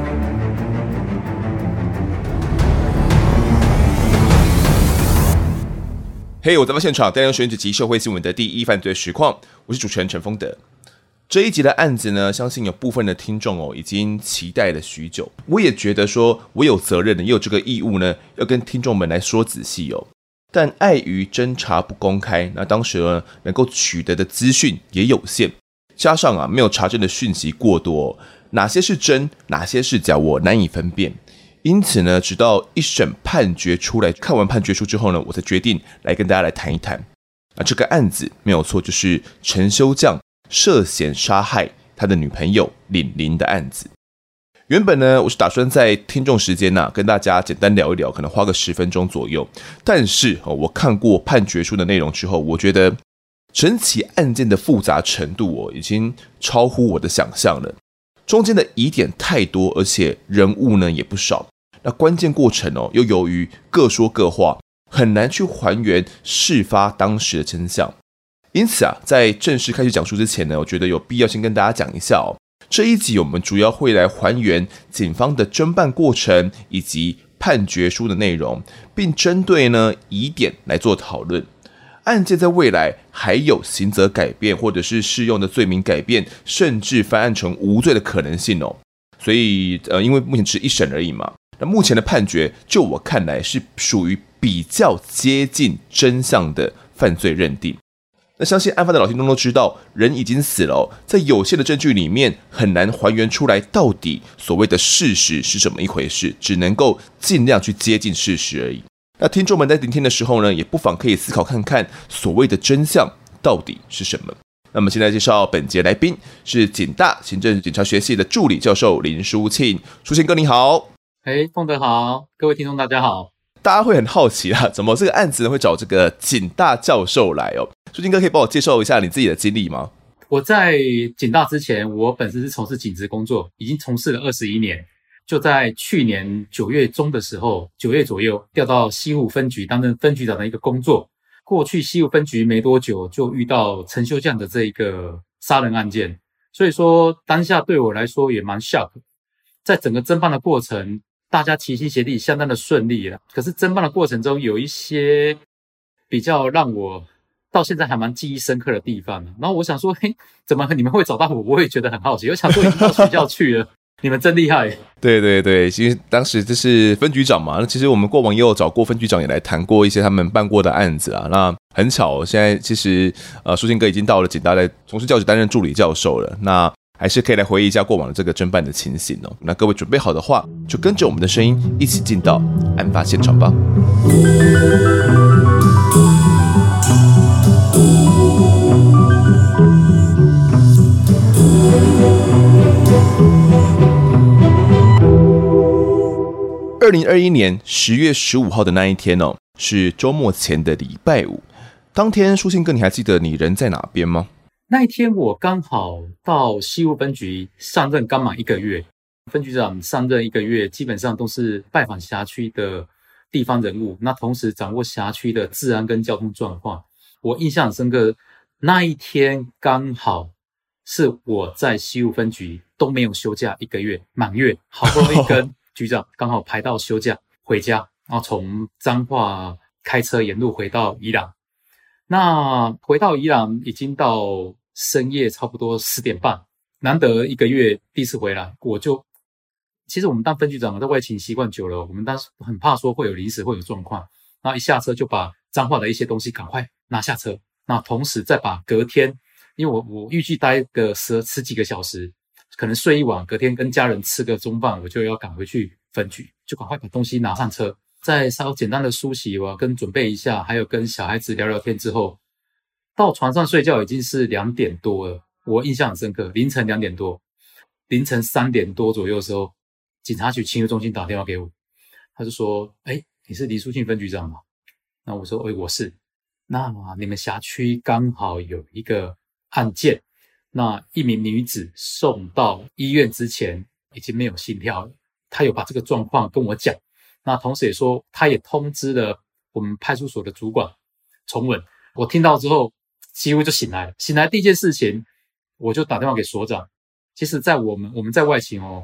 嘿、我在现场带来选举及社会新闻的第一犯罪实况，我是主持人陈丰德。这一集的案子呢，相信有部分的听众已经期待了许久。我也觉得说，我有责任的，也有这个义务呢，要跟听众们来说仔细哦。但碍于侦查不公开，那当时呢能够取得的资讯也有限，加上没有查证的讯息过多，哪些是真，哪些是假，我难以分辨。因此呢，直到一审判决出来，看完判决书之后呢，我才决定来跟大家来谈一谈。那这个案子没有错，就是陈修将涉嫌杀害他的女朋友玲玲的案子。原本呢，我是打算在听众时间跟大家简单聊一聊，可能花个10分钟左右。但是我看过判决书的内容之后，我觉得整起案件的复杂程度已经超乎我的想象了。中间的疑点太多，而且人物呢也不少。那关键过程又由于各说各话，很难去还原事发当时的真相。因此在正式开始讲述之前呢，我觉得有必要先跟大家讲一下这一集我们主要会来还原警方的侦办过程以及判决书的内容，并针对呢疑点来做讨论。案件在未来还有刑责改变，或者是适用的罪名改变，甚至翻案成无罪的可能性所以因为目前只是一审而已嘛，那目前的判决就我看来是属于比较接近真相的犯罪认定。那相信案发的老听众都知道，人已经死了在有限的证据里面很难还原出来到底所谓的事实是怎么一回事，只能够尽量去接近事实而已。那听众们在聆听的时候呢，也不妨可以思考看看所谓的真相到底是什么。那么现在介绍本节来宾是警大行政警察学系的助理教授林书庆。书庆哥你好。 丰德好，各位听众大家好。 大家会很好奇怎么这个案子呢会找这个警大教授来书庆哥可以帮我介绍一下你自己的经历吗？ 我在警大之前，我本身是从事警职工作，已经从事了21年。就在去年9月中的时候，9月左右调到西湖分局担任分局长的一个工作。过去西湖分局没多久就遇到陈修将的这一个杀人案件，所以说当下对我来说也蛮 shock。 在整个侦办的过程，大家齐心协力，相当的顺利了。可是侦办的过程中有一些比较让我到现在还蛮记忆深刻的地方。然后我想说，怎么你们会找到我？我也觉得很好奇。我想说已经到学校去了，你们真厉害。 对对对，其实当时这是分局长嘛，那其实我们过往也有找过分局长也来谈过一些他们办过的案子那很巧，现在其实书庆哥已经到了警大，在从事教职担任助理教授了。那还是可以来回忆一下过往的这个侦办的情形那各位准备好的话，就跟着我们的声音一起进到案发现场吧。2021年10月15号的那一天是周末前的礼拜五。当天书庆哥你还记得你人在哪边吗？ 那一天我刚好到西湖分局上任刚满1个月。分局长上任1个月，基本上都是拜访辖区的地方人物，那同时掌握辖区的治安跟交通状况。我印象很深刻，那一天刚好是我在西湖分局都没有休假1个月，满月，好不容易跟局长刚好排到休假回家，然后从彰化开车沿路回到宜兰。那回到宜兰已经到深夜差不多10点半，难得1个月第一次回来，其实我们当分局长在外勤习惯久了，我们当时很怕说会有临时会有状况，然后一下车就把彰化的一些东西赶快拿下车，那同时再把隔天，因为我预计待个十几个小时，可能睡一晚，隔天跟家人吃个中饭，我就要赶回去分局，就赶快把东西拿上车，再稍简单的梳洗跟准备一下，还有跟小孩子聊聊天之后，到床上睡觉已经是2点多了。我印象很深刻，凌晨2点多，凌晨3点多左右的时候，警察局勤务中心打电话给我，他就说你是林书庆分局长吗？那我说我是。那你们辖区刚好有一个案件，那一名女子送到医院之前已经没有心跳了，他有把这个状况跟我讲，那同时也说他也通知了我们派出所的主管崇文。我听到之后几乎就醒来了，醒来第一件事情我就打电话给所长。其实在我们在外勤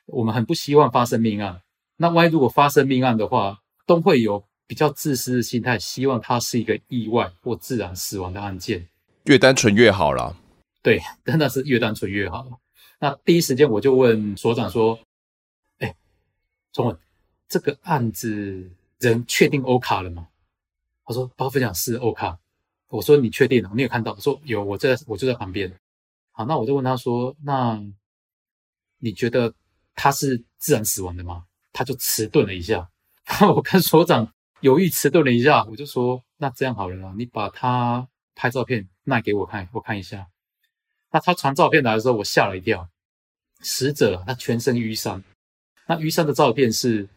我们很不希望发生命案。那万一如果发生命案的话，都会有比较自私的心态，希望它是一个意外或自然死亡的案件， 越单纯越好啦。 对，真的是越单纯越好。那第一时间我就问所长说：“崇文，这个案子人确定欧卡了吗？”他说：“报告分享是欧卡。”我说：“你确定了？你有看到？”我说：“有，我就在旁边。”好，那我就问他说：“那你觉得他是自然死亡的吗？”他就迟钝了一下。我跟所长犹豫迟钝了一下，我就说：“那这样好了啦，你把他拍照片拿给我看，我看一下。”那他传照片来的时候，我吓了一跳。死者他全身淤伤，那淤伤的照片是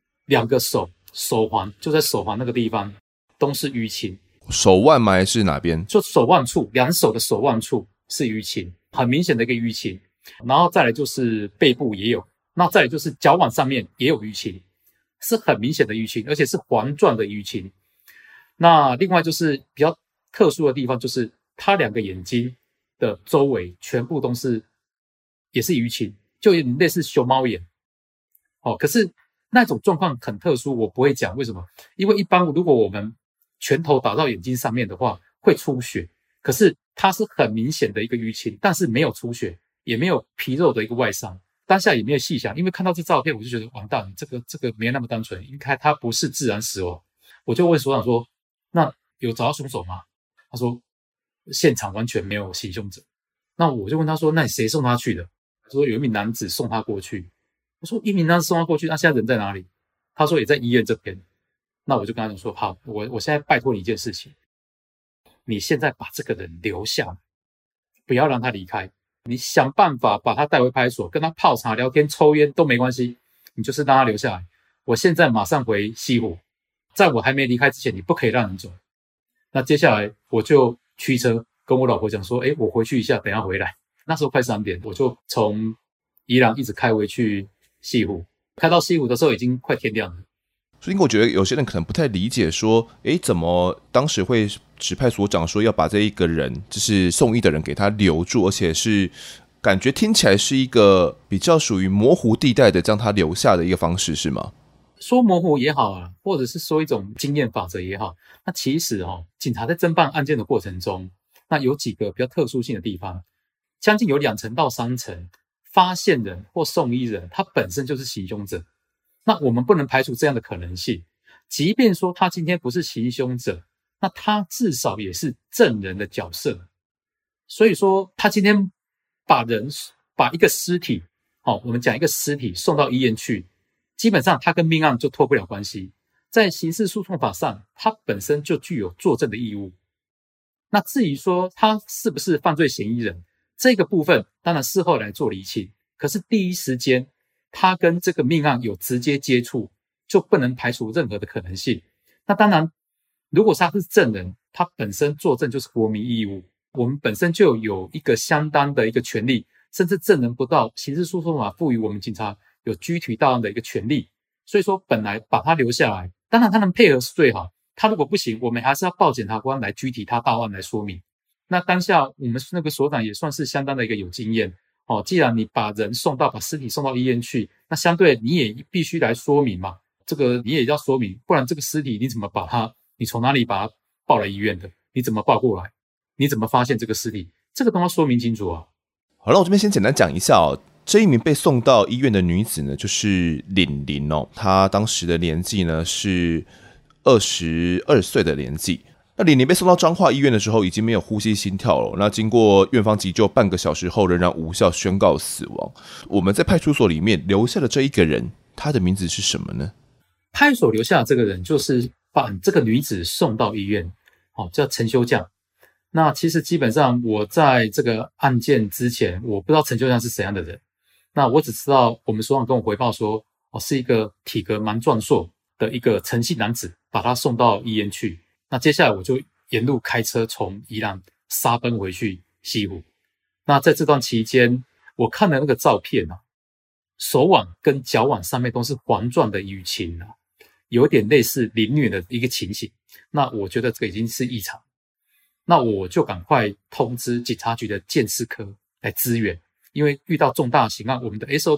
2个手环，就在手环那个地方都是淤青。 手腕吗？还是哪边？ 就手腕处，2手的手腕处是淤青，很明显的一个淤青。然后再来就是背部也有，那再来就是脚腕上面也有淤青，是很明显的淤青，而且是环状的淤青。那另外就是比较特殊的地方，就是他2个眼睛的周围全部都是也是淤青，就有点类似熊猫眼。可是那种状况很特殊，我不会讲为什么，因为一般如果我们拳头打到眼睛上面的话会出血，可是它是很明显的一个淤青，但是没有出血，也没有皮肉的一个外伤。当下也没有细想，因为看到这照片我就觉得完蛋，这个没那么单纯，应该它不是自然死亡。我就问所长说：“那有找到凶手吗？”他说：“现场完全没有行凶者。”那我就问他说：“那你谁送他去的？”他说：“有一名男子送他过去。”我说：“一名男子送他过去，那现在人在哪里？”他说：“也在医院这边。”那我就跟他讲说：“好，我现在拜托你一件事情，你现在把这个人留下来，不要让他离开。你想办法把他带回派出所，跟他泡茶、聊天、抽烟都没关系，你就是让他留下来。我现在马上回西湖，在我还没离开之前，你不可以让人走。”那接下来我就驱车跟我老婆讲说：“我回去一下，等一下回来。”那时候快3点，我就从宜兰一直开回去西湖，开到西湖的时候已经快天亮了。 所以我觉得有些人可能不太理解说，怎么当时会指派所长说要把这一个人，就是送医的人给他留住，而且是感觉听起来是一个比较属于模糊地带的将他留下的一个方式，是吗？ 说模糊也好啊，或者是说一种经验法则也好，那其实警察在侦办案件的过程中，那有几个比较特殊性的地方，将近有2成到3成发现人或送医人他本身就是行凶者。那我们不能排除这样的可能性，即便说他今天不是行凶者，那他至少也是证人的角色。所以说他今天把一个尸体，我们讲一个尸体送到医院去，基本上他跟命案就脱不了关系，在刑事诉讼法上他本身就具有作证的义务。那至于说他是不是犯罪嫌疑人，这个部分当然事后来做厘清，可是第一时间他跟这个命案有直接接触，就不能排除任何的可能性。那当然如果他是证人，他本身作证就是国民义务，我们本身就有一个相当的一个权利，甚至证人不到，刑事诉讼法赋予我们警察有拘提到案的一个权利。所以说本来把他留下来，当然他能配合是最好，他如果不行，我们还是要报检察官来拘提他到案来说明。那当下我们那个所长也算是相当的一个有经验，既然你把尸体送到医院去，那相对你也必须来说明嘛，这个你也要说明，不然这个尸体你怎么你从哪里把它抱来医院的？你怎么抱过来？你怎么发现这个尸体？这个都要说明清楚啊。 好了，我这边先简单讲一下这一名被送到医院的女子呢，就是玲玲她当时的年纪呢是22岁的年纪。那玲玲被送到彰化医院的时候，已经没有呼吸心跳了。那经过院方急救半个小时后，仍然无效宣告死亡。我们在派出所里面留下的这一个人，他的名字是什么呢？ 派出所留下的这个人，就是把这个女子送到医院，叫陈修将。那其实基本上我在这个案件之前，我不知道陈修将是怎样的人。那我只知道我们所长跟我回报说，是一个体格蛮壮硕的一个陈姓男子，把他送到医院去。那接下来我就沿路开车从宜兰杀奔回去西湖。那在这段期间，我看了那个照片手腕跟脚腕上面都是环状的淤青有点类似凌虐的一个情形。那我觉得这个已经是异常，那我就赶快通知警察局的鉴识科来支援，因为遇到重大刑案，我们的 SOP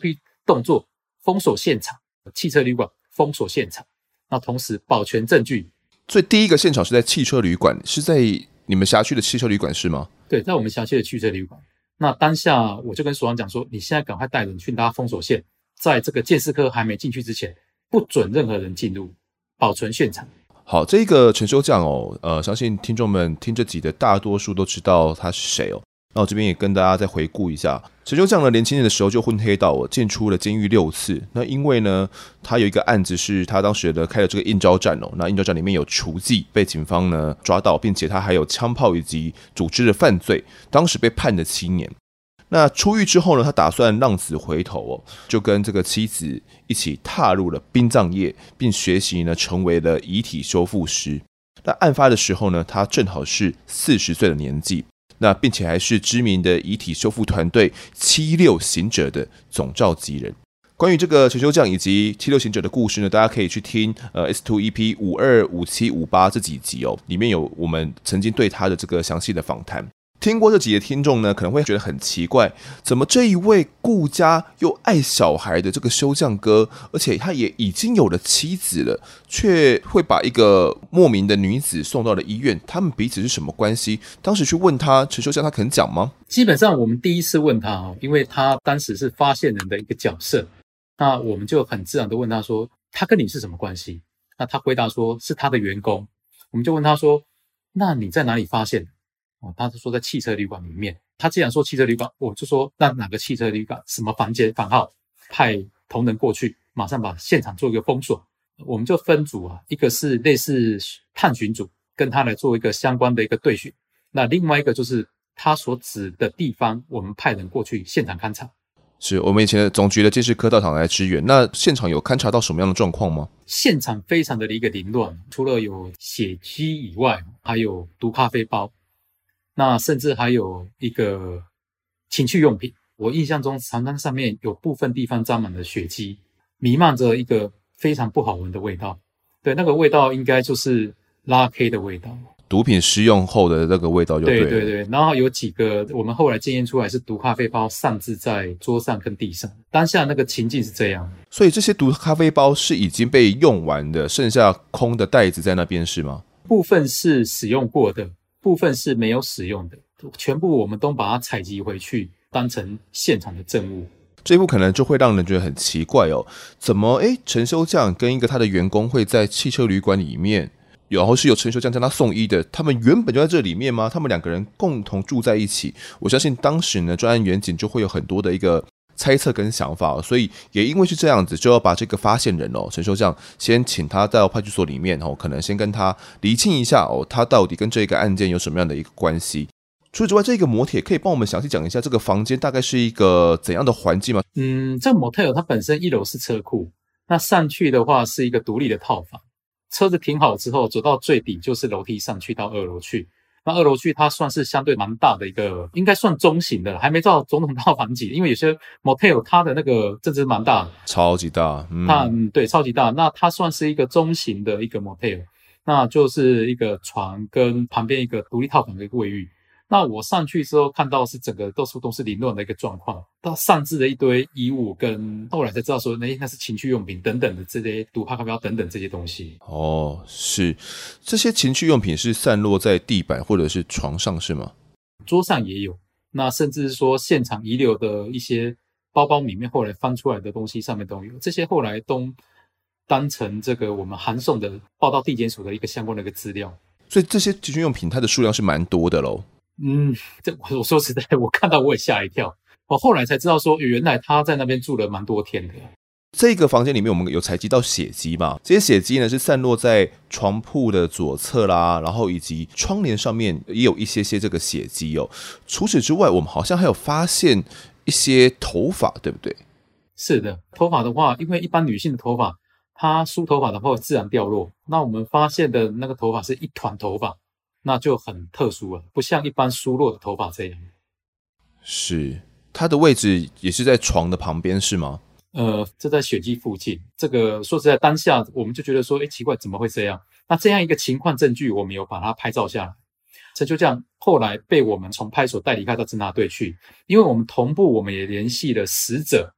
动作封锁现场，汽车旅馆封锁现场，那同时保全证据。 所以第一个现场是在汽车旅馆，是在你们辖区的汽车旅馆是吗？ 对，在我们辖区的汽车旅馆。那当下我就跟所长讲说，你现在赶快带人去拉封锁线，在这个鉴识科还没进去之前，不准任何人进入，保存现场。 好，这个陈修将相信听众们听这集的大多数都知道他是谁哦。那我这边也跟大家再回顾一下，陈修将呢，年轻人的时候就混黑道进出了监狱6次。那因为呢，他有一个案子是他当时的开了这个应召站那应召站里面有雏妓被警方呢抓到，并且他还有枪炮以及组织的犯罪，当时被判了7年。那出狱之后呢，他打算浪子回头就跟这个妻子一起踏入了殡葬业，并学习呢成为了遗体修复师。那案发的时候呢，他正好是40岁的年纪。那并且还是知名的遗体修复团队76行者的总召集人。关于这个陈修将以及76行者的故事呢，大家可以去听S2 EP 52、57、58这几集里面有我们曾经对他的这个详细的访谈。听过这集的听众呢，可能会觉得很奇怪，怎么这一位顾家又爱小孩的这个修将哥，而且他也已经有了妻子了，却会把一个莫名的女子送到了医院？他们彼此是什么关系？当时去问他，陈修将他肯讲吗？ 基本上我们第一次问他因为他当时是发现人的一个角色，那我们就很自然的问他说，他跟你是什么关系？那他回答说是他的员工。我们就问他说，那你在哪里发现的？他说在汽车旅馆里面。他既然说汽车旅馆，我就说那哪个汽车旅馆，什么房间房号，派同仁过去，马上把现场做一个封锁。我们就分组一个是类似探寻组，跟他来做一个相关的一个对询。那另外一个就是他所指的地方，我们派人过去现场勘查。 是我们以前的总局的鉴识科到场来支援。那现场有勘察到什么样的状况吗？ 现场非常的一个凌乱，除了有血迹以外，还有毒咖啡包，那甚至还有一个情趣用品。我印象中长杆上面有部分地方沾满了血迹，弥漫着一个非常不好闻的味道。对，那个味道应该就是拉 K 的味道， 毒品施用后的那个味道就对了。 对对对，然后有几个我们后来检验出来是毒咖啡包散置在桌上跟地上，当下那个情境是这样。 所以这些毒咖啡包是已经被用完的，剩下空的袋子在那边是吗？ 部分是使用过的，部分是没有使用的，全部我们都把它采集回去，当成现场的证物。 这一步可能就会让人觉得很奇怪怎么陈修将跟一个他的员工会在汽车旅馆里面，然后是由陈修将将他送医的，他们原本就在这里面吗？他们两个人共同住在一起，我相信当时呢，专案员警就会有很多的一个猜测跟想法所以也因为是这样子，就要把这个发现人陈修将先请他到派出所里面可能先跟他厘清一下他到底跟这个案件有什么样的一个关系。除此之外，这个摩铁可以帮我们详细讲一下这个房间大概是一个怎样的环境吗？ 这个 motel 它本身1楼是车库，那上去的话是一个独立的套房，车子停好之后走到最底就是楼梯上去到2楼去。那2楼去它算是相对蛮大的一个，应该算中型的，还没到总统套房级，因为有些 motel 它的那个真的是蛮大的， 超级大。 对，超级大。那它算是一个中型的一个 motel， 那就是一个床跟旁边一个独立套房的一个卫浴。那我上去之后看到是整个到处都是凌乱的一个状况，它上置了一堆衣物，跟后来才知道说那是情趣用品等等的这些毒咖啡包等等这些东西。 是这些情趣用品是散落在地板或者是床上是吗？ 桌上也有，那甚至是说现场遗留的一些包包里面后来翻出来的东西上面都有，这些后来都当成这个我们函送的报到地检署的一个相关的一个资料。 所以这些情趣用品它的数量是蛮多的咯。 我说实在，我看到我也吓一跳。我后来才知道说，原来他在那边住了蛮多天的。 这个房间里面我们有采集到血迹嘛？这些血迹呢是散落在床铺的左侧啦，然后以及窗帘上面也有一些这个血迹除此之外，我们好像还有发现一些头发，对不对？ 是的，头发的话，因为一般女性的头发，她梳头发的话会自然掉落，那我们发现的那个头发是一团头发。那就很特殊了，不像一般疏落的头发这样。 是，它的位置也是在床的旁边是吗？ 这在血迹附近。这个说实在，当下我们就觉得说，奇怪，怎么会这样？那这样一个情况证据，我们有把它拍照下来。陈修将后来被我们从派出所带离开到侦查队去，因为我们同步，我们也联系了死者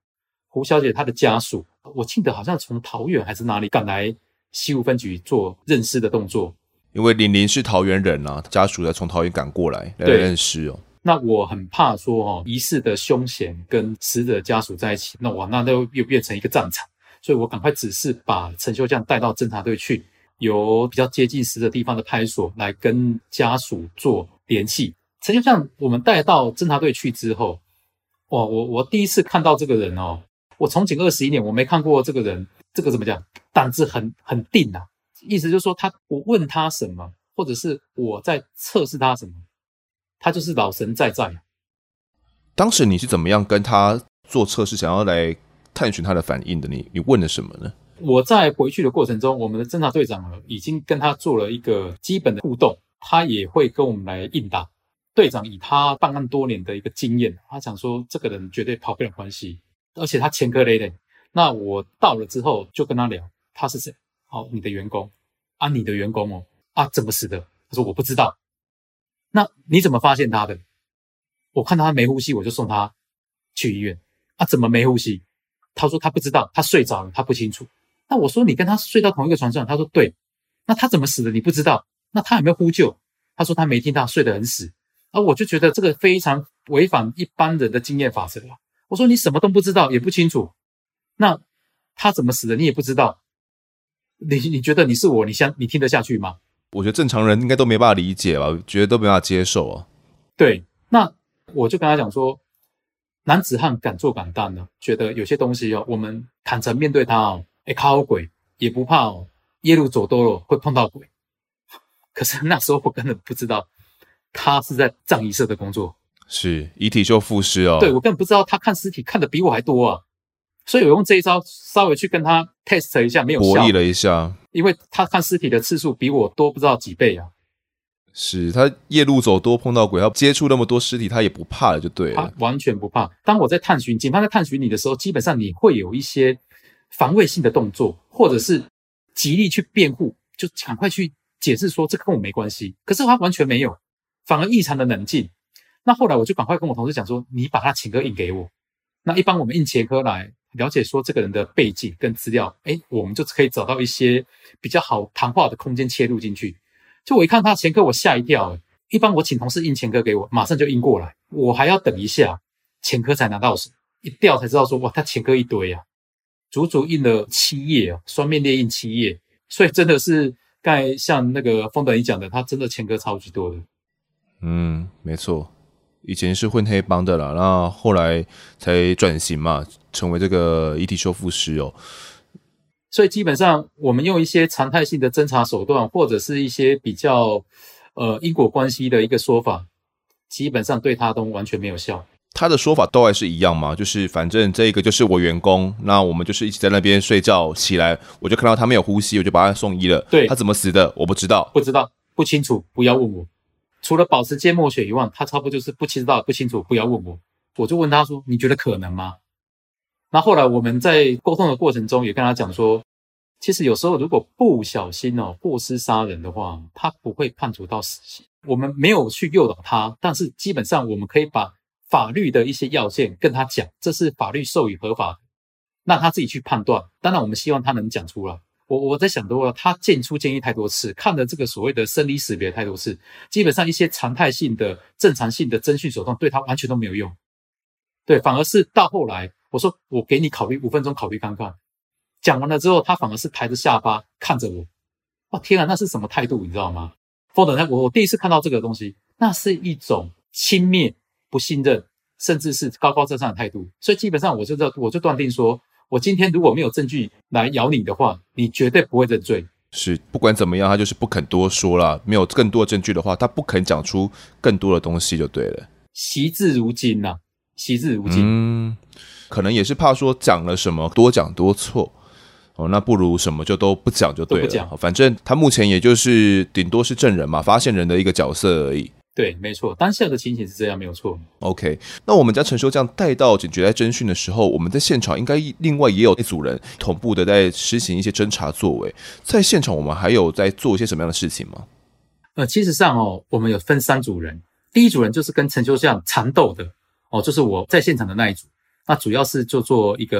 胡小姐她的家属，我记得好像从桃园还是哪里赶来西湖分局做认尸的动作。 因为玲玲是桃园人啊，家属才从桃园赶过来认尸哦。 那我很怕说疑似的凶嫌跟死者家属在一起，那又变成一个战场，所以我赶快指示把陈修将带到侦查队去，由比较接近死者地方的派出所来跟家属做联系。陈修将我们带到侦查队去之后，我第一次看到这个人我从警21年我没看过这个人，这个怎么讲，胆子很定啊，意思就是说我问他什么，或者是我在测试他什么，他就是老神在在。 当时你是怎么样跟他做测试，想要来探寻他的反应的？你问了什么呢？ 我在回去的过程中，我们的侦查队长已经跟他做了一个基本的互动，他也会跟我们来应答。队长以他办案多年的一个经验，他讲说这个人绝对跑不了关系，而且他前科累累。那我到了之后就跟他聊，他是谁？你的员工啊，你的员工怎么死的？他说我不知道。那你怎么发现他的？我看到他没呼吸，我就送他去医院。怎么没呼吸？他说他不知道，他睡着了，他不清楚。那我说你跟他睡到同一个床上，他说对。那他怎么死的？你不知道。那他有没有呼救？他说他没听到，睡得很死。我就觉得这个非常违反一般人的经验法则啊。我说你什么都不知道，也不清楚，那他怎么死的你也不知道，你觉得你是我，你听得下去吗？ 我觉得正常人应该都没办法理解吧，觉得都没办法接受啊。 对，那我就跟他讲说，男子汉敢做敢当呢，觉得有些东西我们坦诚面对他靠鬼也不怕夜路走多了会碰到鬼。可是那时候我根本不知道他是在葬仪社的工作， 是遗体修复师哦。 对，我根本不知道他看尸体看得比我还多啊，所以我用这一招稍微去跟他 test 一下，没有效， 博弈了一下， 因为他看尸体的次数比我多不知道几倍啊。 是他夜路走多碰到鬼，他接触那么多尸体，他也不怕了，就对了。 他完全不怕。当我在探寻，警方在探寻你的时候，基本上你会有一些防卫性的动作，或者是极力去辩护，就赶快去解释说这个跟我没关系。可是他完全没有，反而异常的冷静。那后来我就赶快跟我同事讲说，你把他前科印给我。那一般我们印前科来了解说这个人的背景跟资料，我们就可以找到一些比较好谈话的空间切入进去。就我一看他前科，我吓一跳。一般我请同事印前科给我，马上就印过来，我还要等一下前科才拿到手，一调才知道说哇，他前科一堆啊，足足印了7页双面列印7页，所以真的是刚才像那个风德你讲的，他真的前科超级多的。 没错，以前是混黑帮的啦，那后来才转型嘛，成为这个遗体修复师哦。 所以基本上我们用一些常态性的侦查手段，或者是一些比较因果关系的一个说法，基本上对他都完全没有效。 他的说法都还是一样吗？就是反正这个就是我员工，那我们就是一起在那边睡觉，起来我就看到他没有呼吸，我就把他送医了。 对， 他怎么死的我不知道， 不清楚，不要问我。除了保持缄默血以外，他差不多就是不知道不清楚，不要问我。我就问他说你觉得可能吗？那后来我们在沟通的过程中也跟他讲说，其实有时候如果不小心过失杀人的话，他不会判处到死刑。我们没有去诱导他，但是基本上我们可以把法律的一些要件跟他讲，这是法律授予合法的，那他自己去判断。当然我们希望他能讲出来。我在想多了，他建议太多次，看了这个所谓的生理识别太多次，基本上一些常态性的正常性的侦讯手段对他完全都没有用。对，反而是到后来我说我给你考虑5分钟考虑看看，讲完了之后他反而是抬着下巴看着我。哇天啊，那是什么态度你知道吗？我第一次看到这个东西，那是一种轻蔑、不信任，甚至是高高在上的态度。所以基本上我就断定说，我今天如果没有证据来咬你的话，你绝对不会认罪。 是，不管怎么样，他就是不肯多说啦，没有更多的证据的话，他不肯讲出更多的东西就对了。 惜字如金啊，惜字如金。 可能也是怕说讲了什么多讲多错。那不如什么就都不讲就对了。反正他目前也就是顶多是证人嘛，发现人的一个角色而已。 对，没错，当下的情形是这样，没有错。 OK， 那我们将陈修将带到警局来侦讯的时候，我们在现场应该另外也有一组人同步的在实行一些侦查作为。在现场我们还有在做一些什么样的事情吗？ 其实上我们有分3组人。第一组人就是跟陈修将缠斗的就是我在现场的那一组。那主要是就做一个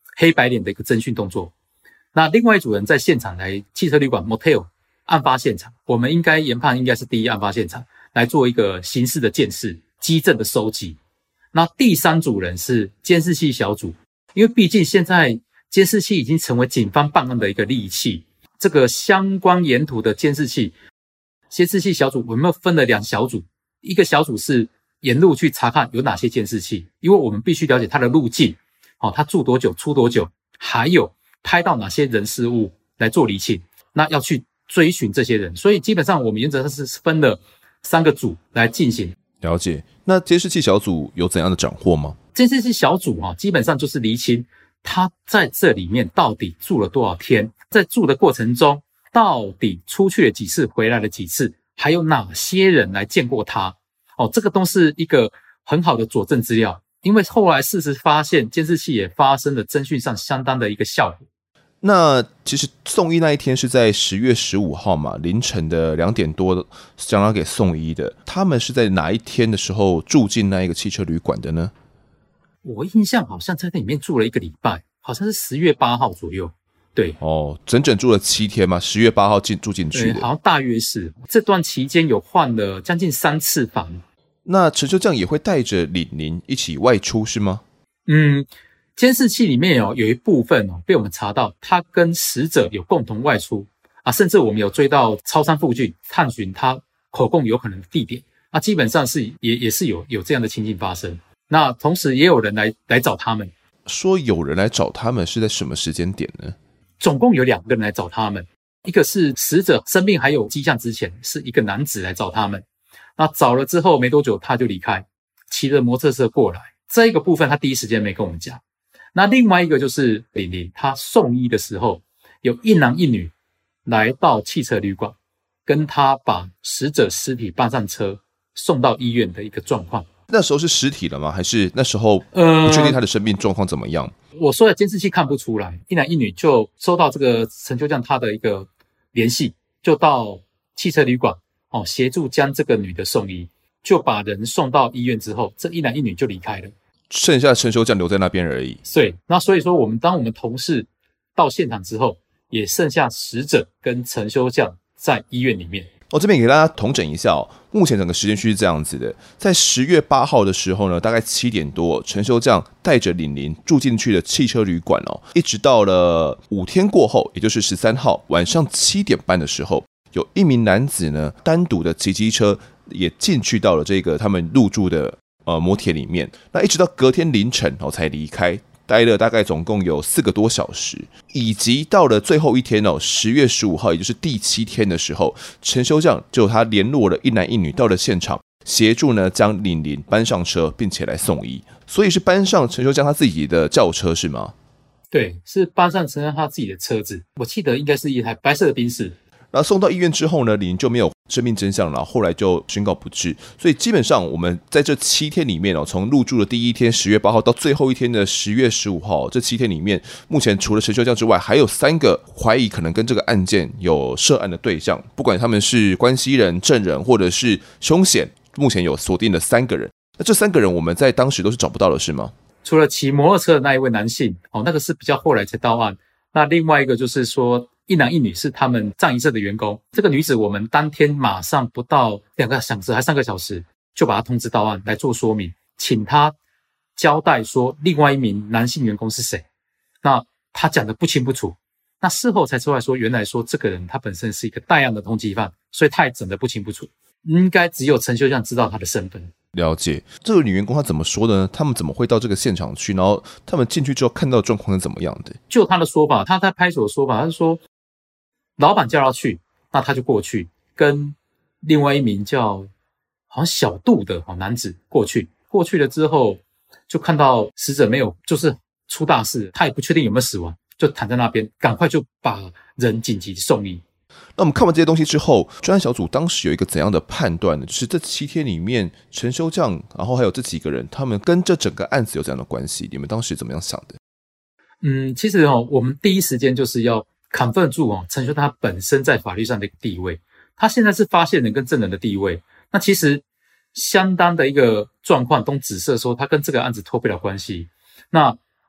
黑白脸的一个侦讯动作。那另外一组人在现场来汽车旅馆 motel 案发现场，我们应该研判应该是第一案发现场，来做一个刑事的鉴识、基证的收集。那第三组人是监视器小组，因为毕竟现在监视器已经成为警方办案的一个利器，这个相关沿途的监视器小组我们分了2小组，一个小组是沿路去查看有哪些监视器，因为我们必须了解它的路径，它住多久出多久，还有拍到哪些人事物来做厘清，那要去追寻这些人，所以基本上我们原则上是分了3个组来进行。 了解。那监视器小组有怎样的斩获吗？ 监视器小组基本上就是厘清他在这里面到底住了多少天，在住的过程中到底出去了几次，回来了几次，还有哪些人来见过他。这个都是一个很好的佐证资料，因为后来事实发现监视器也发生了侦讯上相当的一个效果。 那其实送医那一天是在10月15号嘛，凌晨的2点多将他给送医的。他们是在哪一天的时候住进那一个汽车旅馆的呢？ 我印象好像在那里面住了1个礼拜，好像是10月8号左右。对， 整整住了7天嘛，10月8号住进去的。 好像大约是这段期间有换了将近3次房。 那陈修将也会带着李宁一起外出是吗？ 监视器里面有一部分被我们查到他跟死者有共同外出甚至我们有追到超商附近探寻他口供有可能的地点基本上是也是有这样的情形发生。那同时也有人来找他们。 说有人来找他们是在什么时间点呢？ 总共有2个人来找他们，一个是死者生病还有迹象之前，是一个男子来找他们，那找了之后没多久他就离开，骑着摩托车过来，这一个部分他第一时间没跟我们讲。那另外一个就是李宁，他送医的时候有1男1女来到汽车旅馆，跟他把死者尸体搬上车送到医院的一个状况。 那时候是尸体了吗？还是那时候不确定他的生命状况怎么样？ 我说的监视器看不出来，1男1女就收到这个陈修将他的一个联系，就到汽车旅馆协助将这个女的送医，就把人送到医院之后，这1男1女就离开了， 剩下陈修将留在那边而已。 对，那所以说当我们同事到现场之后，也剩下死者跟陈修将在医院里面。 这边给大家统整一下目前整个时间序是这样子的，在10月8号的时候呢，大概7点多，陈修将带着李宁住进去的汽车旅馆一直到了5天过后，也就是13号晚上7点半的时候，有1名男子呢单独的骑机车也进去到了这个他们入住的摩铁里面，那一直到隔天凌晨才离开。待了大概总共有4个多小时，以及到了最后一天10月15号，也就是第7天的时候，陈修将就他联络了1男1女到了现场，协助呢将李宁搬上车，并且来送医。所以是搬上陈修将他自己的轿车是吗？ 对，是搬上陈修将他自己的车子，我记得应该是一台白色的宾士。 然后送到医院之后呢，李宁就没有生命真相了，后来就宣告不治。所以基本上我们在这7天里面从入住的第1天10月8号到最后一天的10月15号，这7天里面，目前除了陈修将之外，还有3个怀疑可能跟这个案件有涉案的对象，不管他们是关系人、证人或者是凶嫌，目前有锁定了3个人。那这3个人我们在当时都是找不到的是吗？ 除了骑摩托车的那一位男性那个是比较后来才到案。那另外一个就是说1男1女是他们葬仪社的员工，这个女子我们当天马上不到2个小时还3个小时就把她通知到案来做说明，请她交代说另外1名男性员工是谁。那她讲得不清不楚，那事后才出来说原来说这个人他本身是一个带案的通缉犯，所以他也整得不清不楚，应该只有陈修将知道他的身份。 了解。这个女员工她怎么说的呢？他们怎么会到这个现场去？然后他们进去之后看到的状况是怎么样的？ 就他的说法，他在派出所的说法，他是说老板叫他去，那他就过去，跟另外1名叫好像小杜的男子过去了之后，就看到死者没有，就是出大事，他也不确定有没有死亡，就躺在那边，赶快就把人紧急送医。 那我们看完这些东西之后，专案小组当时有一个怎样的判断呢？就是这7天里面，陈修将，然后还有这几个人，他们跟这整个案子有怎样的关系？你们当时怎么样想的？ 其实我们第一时间就是要confirm住陈修他本身在法律上的一个地位，他现在是发现人跟证人的地位，那其实相当的一个状况都指涉说他跟这个案子脱不了关系。那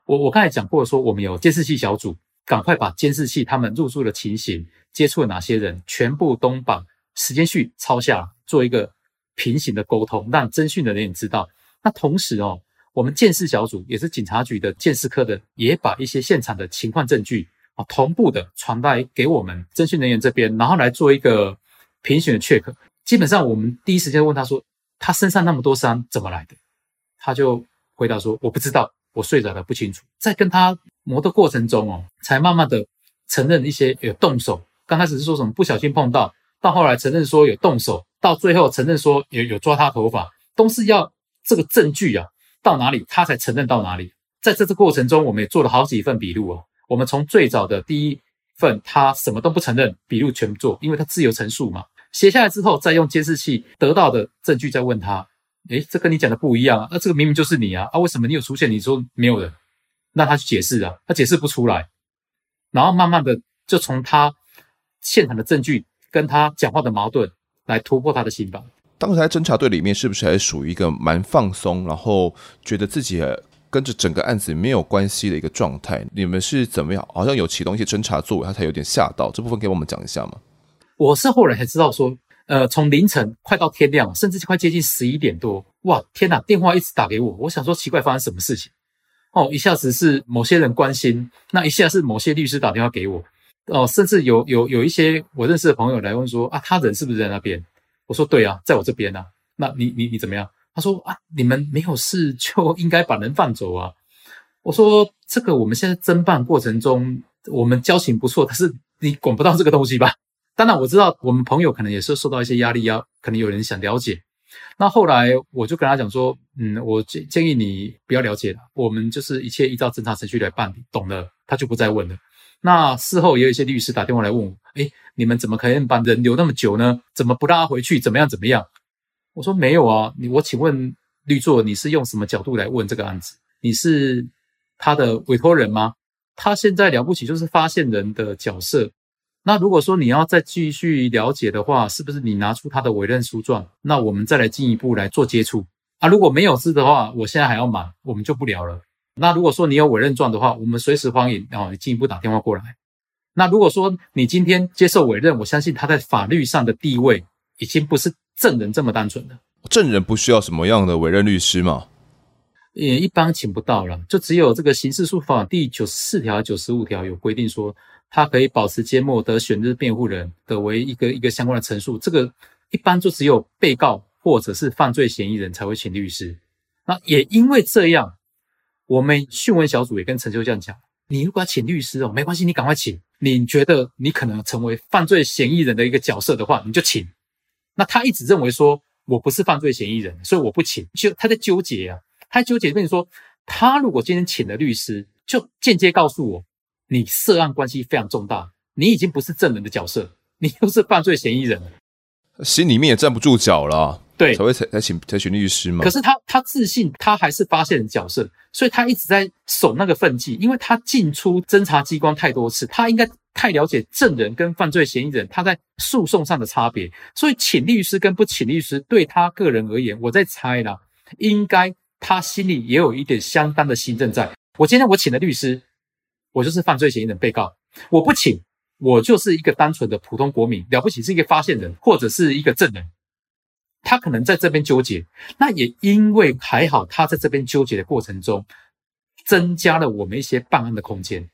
我刚才讲过说，我们有监视器小组，赶快把监视器他们入住的情形、接触了哪些人，全部都把时间序抄下来，做一个平行的沟通，让侦讯的人也知道。那同时我们鉴识小组也是警察局的鉴识科的，也把一些现场的情况证据同步的传达给我们侦讯人员这边，然后来做一个平行的 check。基本上我们第一时间问他说，他身上那么多伤怎么来的？他就回答说，我不知道，我睡着了，不清楚。在跟他磨的过程中才慢慢的承认一些有动手，刚开始是说什么不小心碰到，到后来承认说有动手，到最后承认说有抓他头发，都是要这个证据到哪里他才承认到哪里。在这个过程中，我们也做了好几份笔录我们从最早的第一份他什么都不承认，笔录全部做，因为他自由陈述嘛。写下来之后，再用监视器得到的证据再问他，这跟你讲的不一样这个明明就是你为什么你有出现？你说没有人，那他去解释他解释不出来，然后慢慢的就从他现场的证据跟他讲话的矛盾来突破他的心防。 当时在侦查队里面是不是还属于一个蛮放松，然后觉得自己跟着整个案子没有关系的一个状态？你们是怎么样？好像有启动一些侦查作为，他才有点吓到，这部分给我们讲一下吗？ 我是后来才知道说从凌晨快到天亮，甚至快接近11点多，哇天哪，电话一直打给我，我想说奇怪发生什么事情一下子是某些人关心，那一下是某些律师打电话给我甚至有一些我认识的朋友来问说他人是不是在那边？我说对在我这边那你怎么样？他说你们没有事就应该把人放走我说这个我们现在侦办过程中我们交情不错，但是你管不到这个东西吧。当然我知道我们朋友可能也是受到一些压力可能有人想了解。那后来我就跟他讲说我建议你不要了解了，我们就是一切依照侦查程序来办理，懂了？他就不再问了。那事后也有一些律师打电话来问我你们怎么可能把人留那么久呢？怎么不让他回去？怎么样？我说没有我请问律座，你是用什么角度来问这个案子？你是他的委托人吗？他现在了不起就是发现人的角色。那如果说你要再继续了解的话，是不是你拿出他的委任书状，那我们再来进一步来做接触如果没有事的话，我现在还要忙，我们就不聊了。那如果说你有委任状的话，我们随时欢迎你进一步打电话过来。那如果说你今天接受委任，我相信他在法律上的地位已经不是证人这么单纯了。 证人不需要什么样的委任律师吗？ 也一般请不到了，就只有这个刑事诉讼法第94条、95条有规定说，他可以保持缄默得选日辩护人的为一个相关的陈述。这个一般就只有被告或者是犯罪嫌疑人才会请律师。那也因为这样，我们讯问小组也跟陈秋这样讲，你如果要请律师没关系，你赶快请。你觉得你可能成为犯罪嫌疑人的一个角色的话，你就请。那他一直认为说我不是犯罪嫌疑人，所以我不请。就他在纠结他在纠结变成说，他如果今天请了律师，就间接告诉我你涉案关系非常重大，你已经不是证人的角色，你又是犯罪嫌疑人了， 心里面也站不住脚了， 对， 才请律师嘛。 可是他自信他还是发现人角色，所以他一直在守那个分际，因为他进出侦查机关太多次，他应该太了解证人跟犯罪嫌疑人他在诉讼上的差别，所以请律师跟不请律师对他个人而言，我在猜啦，应该他心里也有一点相当的心证在。我今天我请了律师，我就是犯罪嫌疑人被告，我不请，我就是一个单纯的普通国民，了不起是一个发现人或者是一个证人。他可能在这边纠结，那也因为还好他在这边纠结的过程中增加了我们一些办案的空间。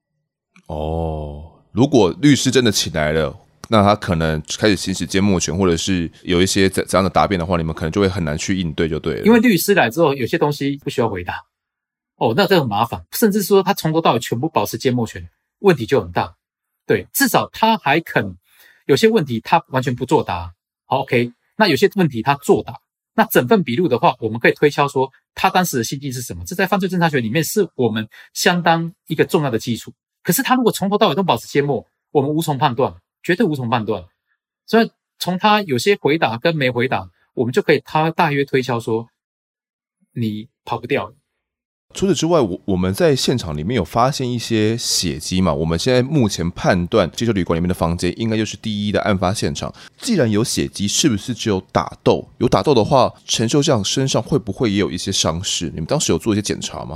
如果律师真的请来了，那他可能开始行使缄默权，或者是有一些怎样的答辩的话，你们可能就会很难去应对就对了。 因为律师来之后有些东西不需要回答那这很麻烦，甚至说他从头到尾全部保持缄默权，问题就很大。对，至少他还肯有些问题他完全不作答，好 OK， 那有些问题他作答，那整份笔录的话，我们可以推敲说他当时的心境是什么，这在犯罪侦查学里面是我们相当一个重要的基础。可是他如果从头到尾都保持缄默，我们无从判断，绝对无从判断。所以从他有些回答跟没回答，我们就可以他大约推敲说你跑不掉了。 除此之外，我们在现场里面有发现一些血迹嘛？我们现在目前判断接受旅馆里面的房间应该就是第一的案发现场。既然有血迹，是不是只有打斗？有打斗的话，陈秀将身上会不会也有一些伤势？你们当时有做一些检查吗？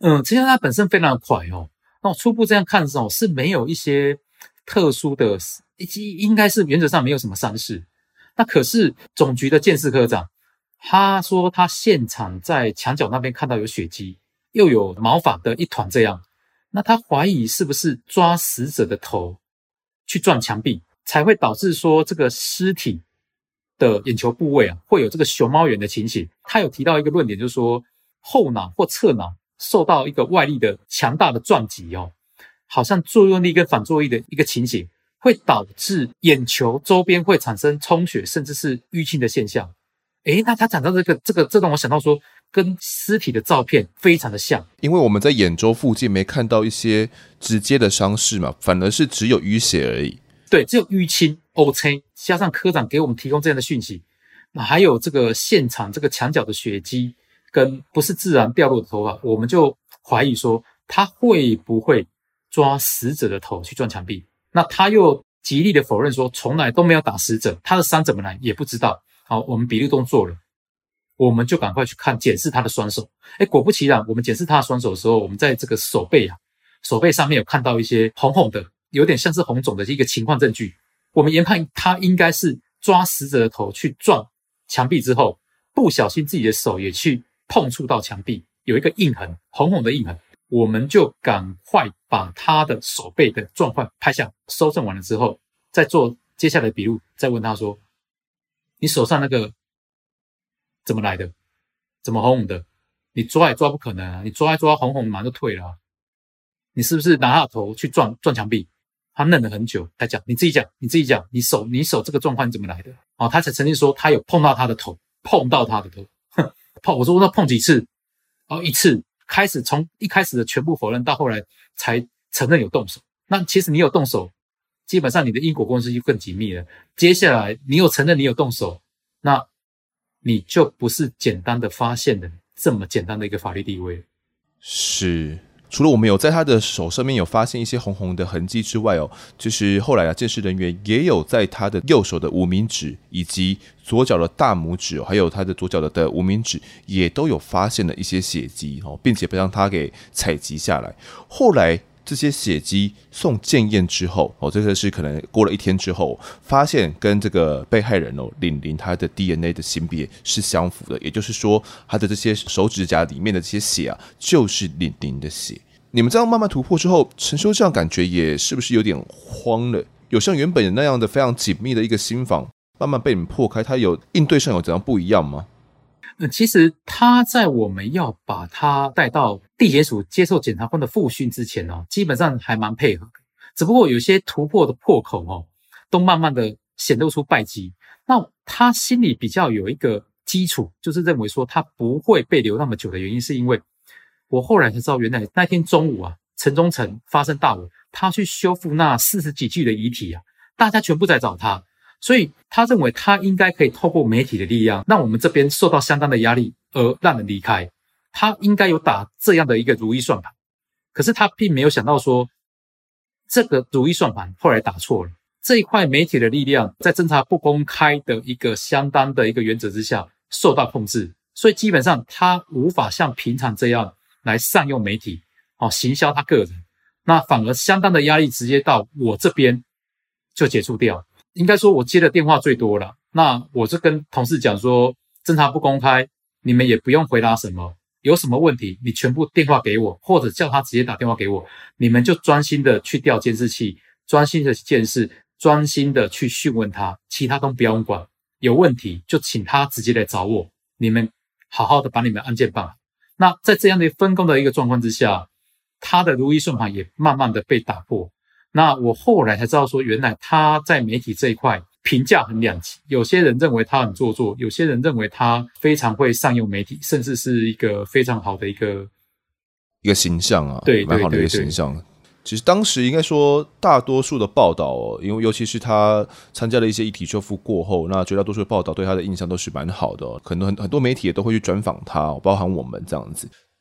其实它本身非常的快哦。那我初步这样看的时候是没有一些特殊的，应该是原则上没有什么伤势。那可是总局的鉴识科长，他说他现场在墙角那边看到有血迹，又有毛发的一团这样，那他怀疑是不是抓死者的头去撞墙壁，才会导致说这个尸体的眼球部位啊会有这个熊猫眼的情形。他有提到一个论点，就是说后脑或侧脑受到一个外力的强大的撞击哦，好像作用力跟反作用力的一个情形，会导致眼球周边会产生充血甚至是淤青的现象。那他讲到这让我想到说，跟尸体的照片非常的像， 因为我们在眼周附近没看到一些直接的伤势嘛，反而是只有淤血而已。 对，只有淤青、凹青，加上科长给我们提供这样的讯息，那还有这个现场这个墙角的血迹跟不是自然掉落的头发，我们就怀疑说他会不会抓死者的头去撞墙壁。那他又极力的否认说从来都没有打死者，他的伤怎么来也不知道。好，我们笔录都做了，我们就赶快去看检视他的双手。果不其然，我们检视他的双手的时候，我们在这个手背上面有看到一些红红的，有点像是红肿的一个情况证据。我们研判他应该是抓死者的头去撞墙壁之后，不小心自己的手也去碰触到墙壁，有一个印痕，红红的印痕。我们就赶快把他的手背的状况拍下，搜证完了之后，再做接下来的笔录，再问他说，你手上那个怎么来的？怎么红红的？你抓也抓不可能啊！你抓一抓红红的马上就退了啊！你是不是拿他的头去撞墙壁？他愣了很久才讲，你自己讲，你手这个状况怎么来的？他才曾经说他有碰到他的头，我说那碰几次？一次。从一开始的全部否认到后来才承认有动手。那其实你有动手，基本上你的因果关系就更紧密了。接下来你有承认你有动手，那你就不是简单的发现的这么简单的一个法律地位。 是，除了我们有在他的手上面有发现一些红红的痕迹之外就是后来鉴识人员也有在他的右手的无名指以及左脚的大拇指还有他的左脚的无名指也都有发现了一些血迹并且让他给采集下来。后来这些血迹送检验之后这个是可能过了1天之后，发现跟这个被害人领玲他的 DNA 的性别是相符的，也就是说他的这些手指甲里面的这些血就是领玲的血。你们这样慢慢突破之后，陈修这样感觉也是不是有点慌了？有像原本那样的非常紧密的一个心防慢慢被你们破开，他有应对上有怎样不一样吗？ 其实他在我们要把他带到地检署接受检察官的复讯之前基本上还蛮配合的，只不过有些突破的破口都慢慢的显露出败绩。那他心里比较有一个基础，就是认为说他不会被留那么久的原因，是因为我后来才知道，原来那天中午城中城发生大火，他去修复那40几具的遗体大家全部在找他，所以他认为他应该可以透过媒体的力量，让我们这边受到相当的压力而让人离开。他应该有打这样的一个如意算盘，可是他并没有想到说，这个如意算盘后来打错了。这一块媒体的力量在侦查不公开的一个相当的一个原则之下受到控制，所以基本上他无法像平常这样来善用媒体行销他个人，那反而相当的压力直接到我这边就结束掉。应该说我接的电话最多了，那我就跟同事讲说，侦查不公开，你们也不用回答什么，有什么问题你全部电话给我，或者叫他直接打电话给我，你们就专心的去调监视器，专心的去监视，专心的去讯问他，其他都不用管，有问题就请他直接来找我，你们好好的把你们案件办好。那在这样的分工的一个状况之下，他的如意算盘也慢慢的被打破。那我后来才知道说，原来他在媒体这一块评价很两极，有些人认为他很做作，有些人认为他非常会善用媒体，甚至是一个非常好的一个形象对， 蛮好的一个形象。其实当时应该说大多数的报道因为尤其是他参加了一些遗体修复过后，那绝大多数的报道对他的印象都是蛮好的可能很多媒体也都会去专访他包含我们这样子。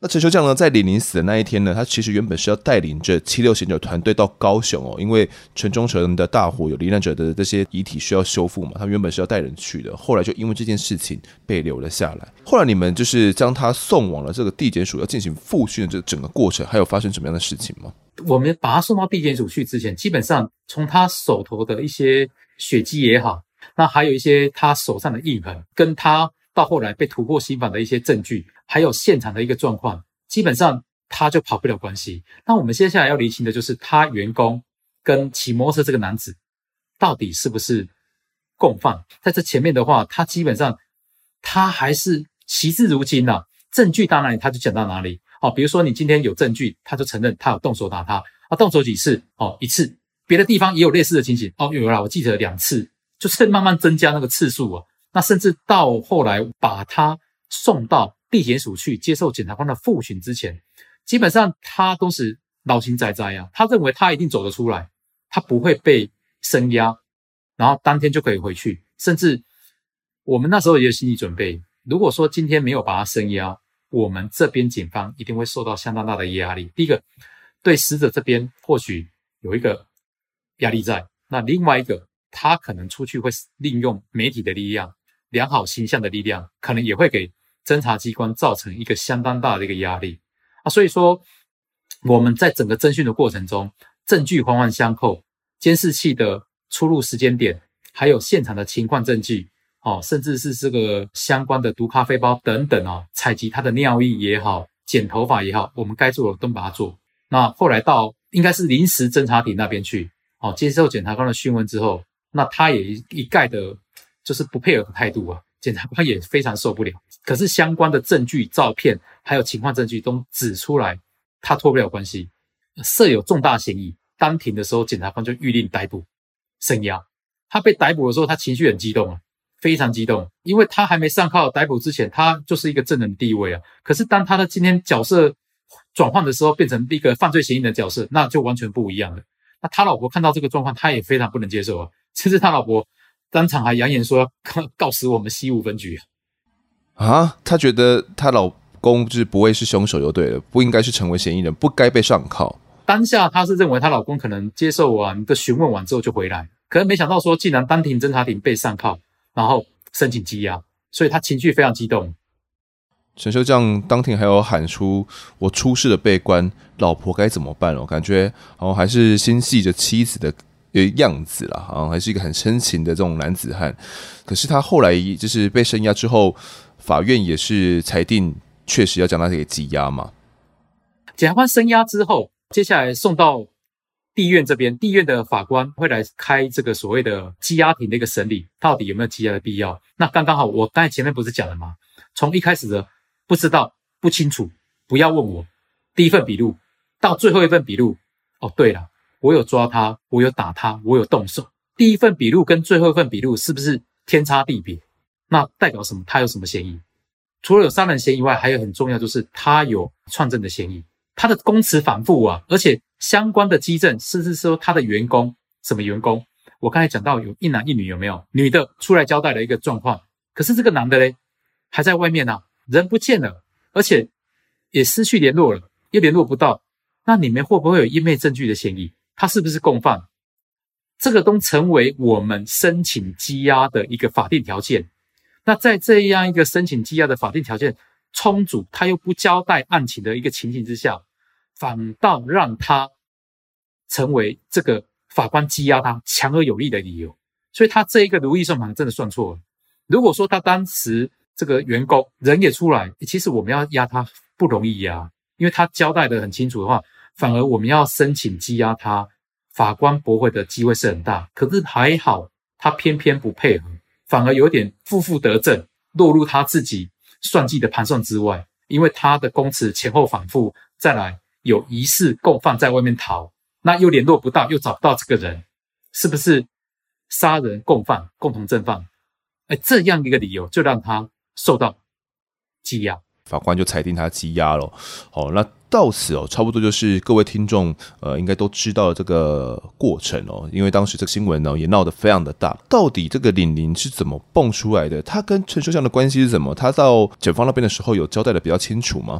那陈修将呢，在李宁死的那一天呢，他其实原本是要带领着76贤者团队到高雄因为城中城的大火有罹难者的这些遗体需要修复嘛，他原本是要带人去的，后来就因为这件事情被留了下来。后来你们就是将他送往了这个地检署要进行复讯的这整个过程，还有发生什么样的事情吗？ 我们把他送到地检署去之前，基本上从他手头的一些血迹也好，那还有一些他手上的印痕，跟他到后来被突破刑法的一些证据，还有现场的一个状况，基本上他就跑不了关系。那我们接下来要厘清的就是他员工跟骑摩托车这个男子到底是不是共犯。在这前面的话，他基本上他还是惜字如金啊，证据到哪里他就讲到哪里。比如说你今天有证据，他就承认他有动手打他动手几次一次，别的地方也有类似的情形有啦，我记得2次，就是慢慢增加那个次数那甚至到后来把他送到地检署去接受检察官的复询之前，基本上他都是老神在在他认为他一定走得出来，他不会被声押，然后当天就可以回去。甚至我们那时候也有心理准备，如果说今天没有把他声押，我们这边警方一定会受到相当大的压力。第一个，对死者这边或许有一个压力在，那另外一个，他可能出去会利用媒体的力量，良好形象的力量，可能也会给侦查机关造成一个相当大的一个压力所以说我们在整个侦讯的过程中，证据环环相扣，监视器的出入时间点，还有现场的情况证据甚至是这个相关的毒咖啡包等等采集他的尿液也好，剪头发也好，我们该做的都把它做。那后来到应该是临时侦查庭那边去接受检察官的讯问之后，那他也一概的就是不配合的态度检察官也非常受不了。可是相关的证据、照片还有情况证据都指出来他脱不了关系，设有重大嫌疑。当庭的时候，检察官就谕令逮捕、声押。他被逮捕的时候，他情绪很激动非常激动，因为他还没上铐逮捕之前，他就是一个证人的地位可是当他的今天角色转换的时候，变成一个犯罪嫌疑人的角色，那就完全不一样了。那他老婆看到这个状况，他也非常不能接受甚至他老婆当场还扬言说要告死我们西武分局他觉得他老公就是不会是凶手就对了，不应该是成为嫌疑人，不该被上铐。 当下他是认为她老公可能接受完的询问完之后就回来，可是没想到说竟然当庭侦查庭被上铐，然后申请羁押，所以他情绪非常激动。 陈修将当庭还有喊出我出事的被关，老婆该怎么办感觉好像还是心系着妻子的样子啦，好像还是一个很深情的这种男子汉。可是他后来就是被声押之后，法院也是裁定确实要将他给羁押嘛。 检察官声押之后，接下来送到地院这边，地院的法官会来开这个所谓的羁押庭的一个审理，到底有没有羁押的必要。那刚刚好，我刚才前面不是讲了吗？从一开始的不知道、不清楚、不要问我，第一份笔录到最后一份笔录，对了，我有抓他，我有打他，我有动手。第一份笔录跟最后一份笔录是不是天差地别？那代表什么？他有什么嫌疑？除了有杀人嫌疑外，还有很重要就是他有串证的嫌疑。他的供词反复而且相关的基证，甚至说他的员工，什么员工？我刚才讲到有一男一女，有没有？女的出来交代了一个状况，可是这个男的嘞，还在外面人不见了，而且也失去联络了，又联络不到，那你们会不会有湮灭证据的嫌疑？他是不是共犯？这个都成为我们申请羁押的一个法定条件。那在这样一个申请羁押的法定条件充足，他又不交代案情的一个情形之下，反倒让他成为这个法官羁押他强而有力的理由。所以他这一个如意算盘真的算错了。如果说他当时这个员工人也出来，其实我们要押他不容易押，因为他交代的很清楚的话，反而我们要申请羁押他，法官驳回的机会是很大。可是还好他偏偏不配合，反而有点负得正，落入他自己算计的盘算之外。因为他的供词前后反复，再来有疑似共犯在外面逃，那又联络不到，又找不到这个人，是不是杀人共犯、共同正犯？这样一个理由就让他受到羁押， 法官就裁定他羁押了。那到此差不多就是各位听众应该都知道这个过程因为当时这个新闻也闹得非常的大。到底这个玲玲是怎么蹦出来的？他跟陈修将的关系是什么？他到检方那边的时候有交代的比较清楚吗？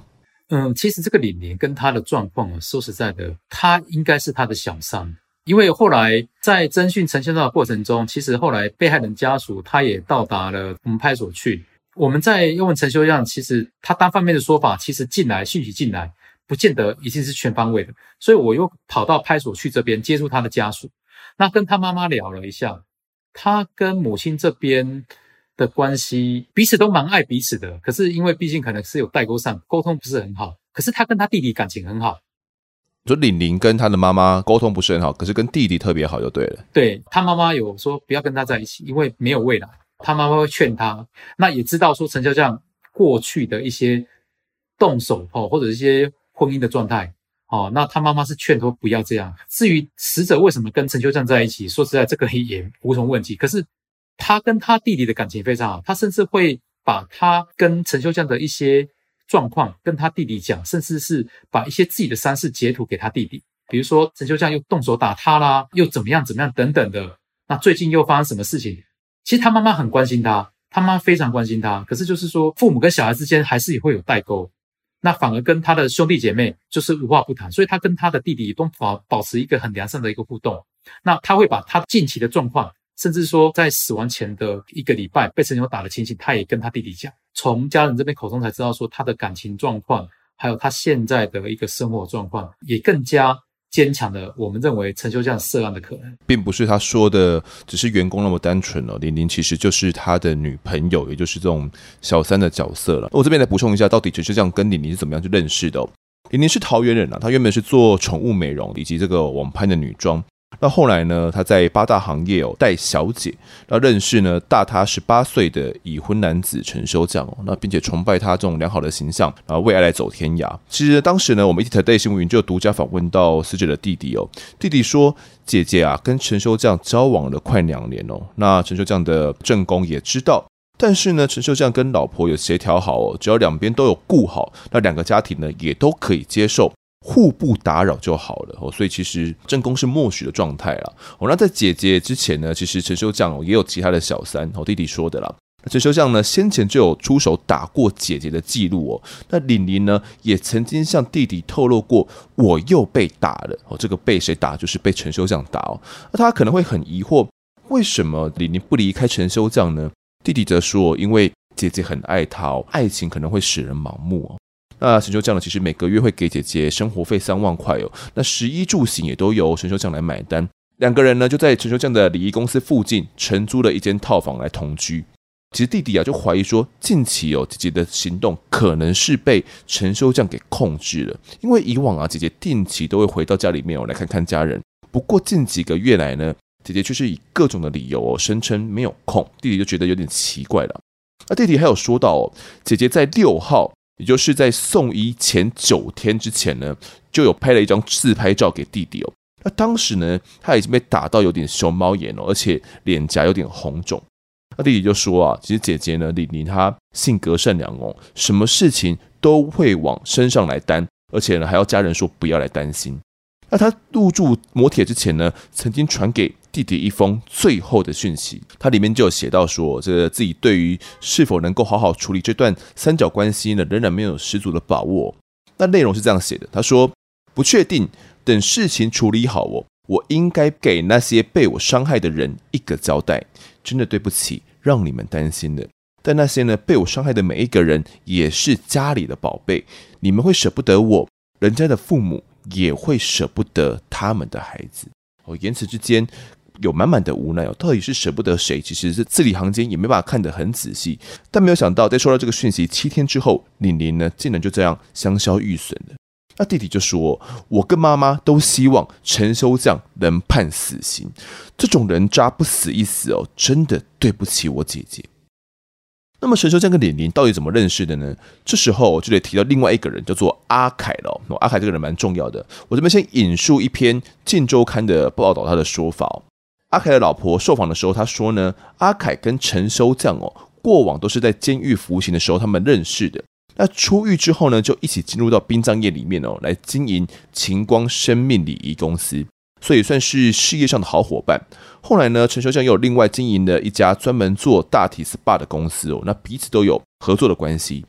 其实这个李玲跟他的状况说实在的，他应该是他的小三，因为后来在侦讯陈秀将的过程中，其实后来被害人家属他也到达了我们派出所去。我们在要问陈秀将，其实他单方面的说法，其实讯息进来，不见得一定是全方位的，所以我又跑到派出所去这边接触他的家属，那跟他妈妈聊了一下，他跟母亲这边的关系彼此都蛮爱彼此的，可是因为毕竟可能是有代沟上，沟通不是很好，可是他跟他弟弟感情很好。 就玲玲跟他的妈妈沟通不是很好，可是跟弟弟特别好就对了。 对，他妈妈有说不要跟他在一起，因为没有未来，他妈妈会劝他，那也知道说陈秀将过去的一些动手或者一些婚姻的状态，那他妈妈是劝说不要这样。至于死者为什么跟陈秀将在一起，说实在这个也无从问起，可是他跟他弟弟的感情非常好，他甚至会把他跟陈秀将的一些状况跟他弟弟讲，甚至是把一些自己的伤势截图给他弟弟，比如说陈秀将又动手打他啦，又怎么样等等的，那最近又发生什么事情，其实他妈妈很关心他，他妈非常关心他，可是就是说父母跟小孩之间还是会有代沟，那反而跟他的兄弟姐妹就是无话不谈，所以他跟他的弟弟都保持一个很良善的一个互动。那他会把他近期的状况，甚至说在死亡前的1个礼拜被陈秀打的情形，他也跟他弟弟讲，从家人这边口中才知道说他的感情状况，还有他现在的一个生活状况，也更加坚强了我们认为陈秀将涉案的可能， 并不是他说的只是员工那么单纯哦。玲玲其实就是他的女朋友，也就是这种小三的角色了。我这边来补充一下，到底陈秀将跟玲玲是怎么样去认识的哦。玲玲是桃园人啊，她原本是做宠物美容以及这个网拍的女装。那后来呢，他在8大行业带小姐，那认识呢大他18岁的已婚男子陈修将那并且崇拜他这种良好的形象，然后为爱来走天涯。其实当时呢，我们 ETtoday 新闻云就有独家访问到死者的弟弟弟弟说姐姐啊跟陈修将交往了快2年那陈修将的正宫也知道。但是呢，陈秀将跟老婆有协调好只要两边都有顾好，那2个家庭呢也都可以接受，互不打扰就好了所以其实正宫是默许的状态啦那在姐姐之前呢，其实陈秀将也有其他的小三弟弟说的啦。陈秀将呢先前就有出手打过姐姐的记录那玲玲呢也曾经向弟弟透露过，我又被打了这个被谁打就是被陈秀将打那他可能会很疑惑，为什么玲玲不离开陈秀将呢？弟弟则说，因为姐姐很爱他爱情可能会使人盲目那陈秀将呢，其实每个月会给姐姐生活费3万块那食衣住行也都由陈秀将来买单。2个人呢就在陈秀将的礼仪公司附近承租了一间套房来同居。其实弟弟就怀疑说，近期姐姐的行动可能是被陈秀将给控制了，因为以往姐姐定期都会回到家里面来看看家人，不过近几个月来呢，姐姐却是以各种的理由声称没有空，弟弟就觉得有点奇怪了。那弟弟还有说到姐姐在6号。也就是在送医前9天之前呢，就有拍了一张自拍照给弟弟那当时呢，他已经被打到有点熊猫眼而且脸颊有点红肿。那弟弟就说其实姐姐呢，玲玲她性格善良什么事情都会往身上来担，而且呢还要家人说不要来担心。那他入住摩铁之前呢，曾经传给弟弟一封最后的讯息，他里面就有写到说，这个自己对于是否能够好好处理这段三角关系呢，仍然没有十足的把握。那内容是这样写的，他说不确定，等事情处理好我应该给那些被我伤害的人一个交代，真的对不起，让你们担心了。但那些呢被我伤害的每一个人也是家里的宝贝，你们会舍不得我，人家的父母也会舍不得他们的孩子言辞之间有满满的无奈到底是舍不得谁？其实是字里行间也没办法看得很仔细，但没有想到在收到这个讯息7天之后，玲玲呢竟然就这样香消玉损了。那弟弟就说，我跟妈妈都希望陈修将能判死刑，这种人渣不死一死真的对不起我姐姐。那么陈修将跟玲玲到底怎么认识的呢？这时候就得提到另外一个人，叫做阿凯了阿凯这个人蛮重要的，我这边先引述一篇《镜周刊》的报道他的说法阿凯的老婆受访的时候，他说呢，阿凯跟陈修将过往都是在监狱服刑的时候他们认识的。那出狱之后呢，就一起进入到殡葬业里面来经营晴光生命礼仪公司，所以算是事业上的好伙伴。后来呢，陈修将又有另外经营了一家专门做大体 SPA 的公司那彼此都有合作的关系。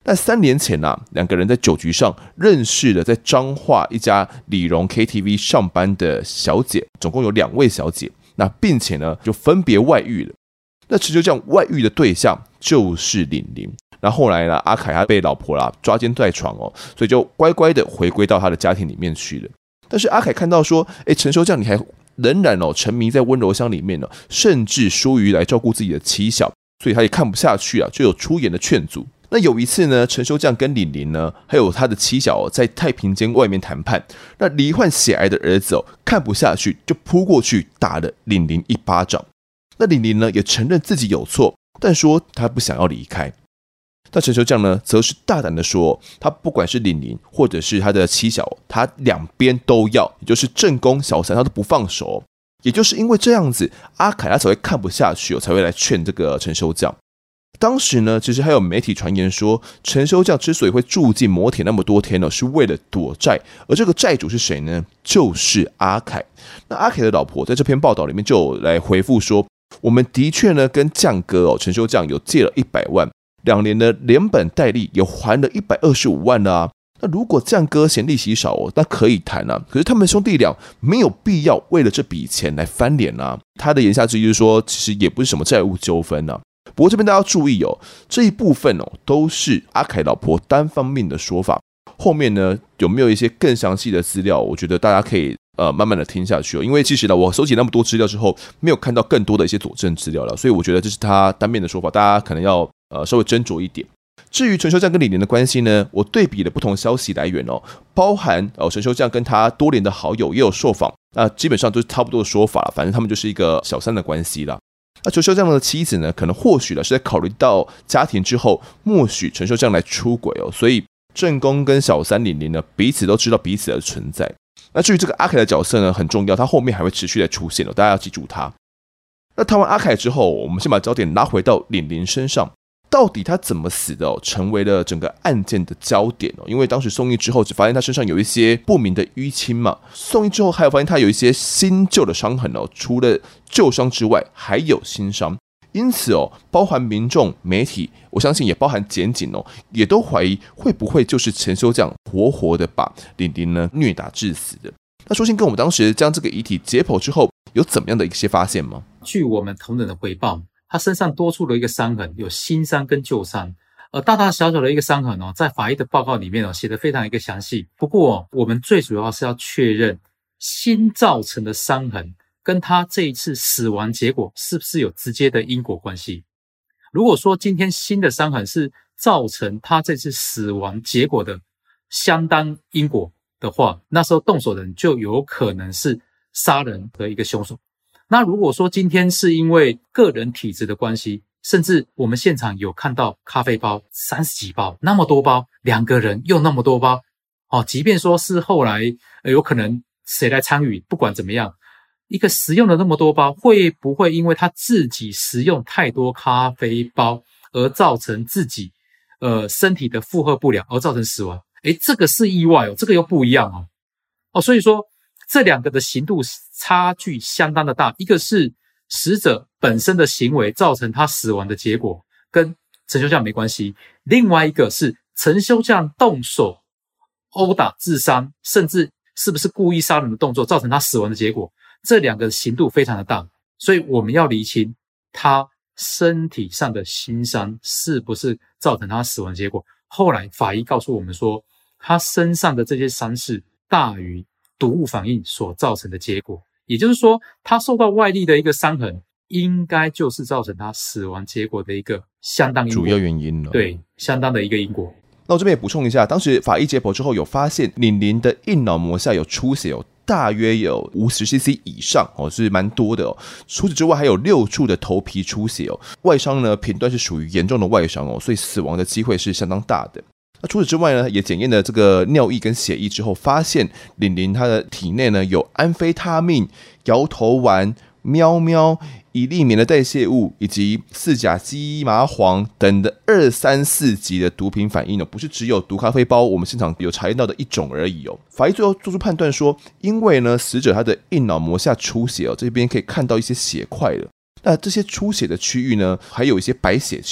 那3年前啊，两个人在酒局上认识了在彰化一家李荣 KTV 上班的小姐，总共有2位小姐，那并且呢就分别外遇了。那陈秋将外遇的对象就是玲玲。那后来呢，阿凯他被老婆啦抓奸在床哦，所以就乖乖的回归到他的家庭里面去了。但是阿凯看到说，陈秋将你还仍然沉迷在温柔乡里面甚至疏于来照顾自己的妻小，所以他也看不下去啊，就有出言的劝阻。那有一次呢，陈秋将跟玲玲呢，还有他的妻小在太平间外面谈判，那罹患血癌的儿子看不下去，就扑过去打了玲玲一巴掌。那玲玲呢也承认自己有错，但说他不想要离开。那陈秋将呢，则是大胆的说，他不管是玲玲或者是他的妻小，他两边都要，也就是正宫、小三，他都不放手。也就是因为这样子，阿凯他才会看不下去，才会来劝这个陈秋将。当时呢，其实还有媒体传言说，陈秋将之所以会住进摩铁那么多天是为了躲债，而这个债主是谁呢？就是阿凯。那阿凯的老婆在这篇报道里面就有来回复说，我们的确呢跟将哥陈秋将有借了100万。2年呢，连本带利也还了125万了啊。那如果将哥嫌利息少那可以谈啊。可是他们兄弟俩没有必要为了这笔钱来翻脸啊。他的言下之意就是说，其实也不是什么债务纠纷啊。不过这边大家要注意这一部分都是阿凯老婆单方面的说法。后面呢有没有一些更详细的资料？我觉得大家可以慢慢的听下去因为其实呢，我收集那么多资料之后，没有看到更多的一些佐证资料了，所以我觉得这是他单面的说法，大家可能要稍微斟酌一点。至于陈秋将跟玲玲的关系呢，我对比了不同消息来源包含陈秋将跟他多年的好友也有受访，基本上都是差不多的说法了，反正他们就是一个小三的关系啦。那陈秋将的妻子呢，可能或许是在考虑到家庭之后，默许陈秋将来出轨所以正宫跟小三玲玲呢，彼此都知道彼此的存在。那至于这个阿凯的角色呢，很重要，他后面还会持续的出现大家要记住他。那谈完阿凯之后，我们先把焦点拉回到玲玲身上，到底他怎么死的成为了整个案件的焦点因为当时送医之后，只发现他身上有一些不明的淤青嘛，送医之后还有发现他有一些新旧的伤痕除了旧伤之外，还有新伤。因此包含民众、媒体，我相信也包含检警也都怀疑会不会就是陈秋将活活的把玲玲呢虐打致死的。那说先跟我们当时将这个遗体解剖之后，有怎么样的一些发现吗？ 据我们同仁的回报，他身上多处的一个伤痕，有新伤跟旧伤，大大小小的一个伤痕在法医的报告里面写得非常一个详细。不过我们最主要是要确认新造成的伤痕跟他这一次死亡结果是不是有直接的因果关系。如果说今天新的伤痕是造成他这次死亡结果的相当因果的话，那时候动手人就有可能是杀人的一个凶手。那如果说今天是因为个人体质的关系，甚至我们现场有看到咖啡包30几包，那么多包，2个人又那么多包即便说是后来有可能谁来参与，不管怎么样，一个食用了那么多包，会不会因为他自己食用太多咖啡包而造成自己身体的负荷不良而造成死亡？这个是意外这个又不一样所以说这2个的刑度差距相当的大，一个是死者本身的行为造成他死亡的结果，跟陈秋将没关系；另外一个是陈秋将动手殴打致伤，甚至是不是故意杀人的动作造成他死亡的结果，这2个刑度非常的大，所以我们要厘清他身体上的新伤是不是造成他死亡的结果。后来法医告诉我们说，他身上的这些伤势大于毒物反应所造成的结果，也就是说他受到外力的一个伤痕，应该就是造成他死亡结果的一个相当因果， 主要原因了。 对，相当的一个因果。 那我这边也补充一下，当时法医解剖之后有发现玲玲的硬脑膜下有出血大约有50cc 以上是蛮多的除此之外还有6处的头皮出血外伤呢片段是属于严重的外伤所以死亡的机会是相当大的。那除此之外呢，也检验了这个尿液跟血液之后，发现玲玲她的体内呢有安非他命、摇头丸、喵喵、乙利眠的代谢物以及4甲基麻黄等的2、3、4级的毒品反应不是只有毒咖啡包我们现场有查验到的一种而已法医最后做出判断说，因为呢死者他的硬脑膜下出血这边可以看到一些血块了，那这些出血的区域呢还有一些白血球，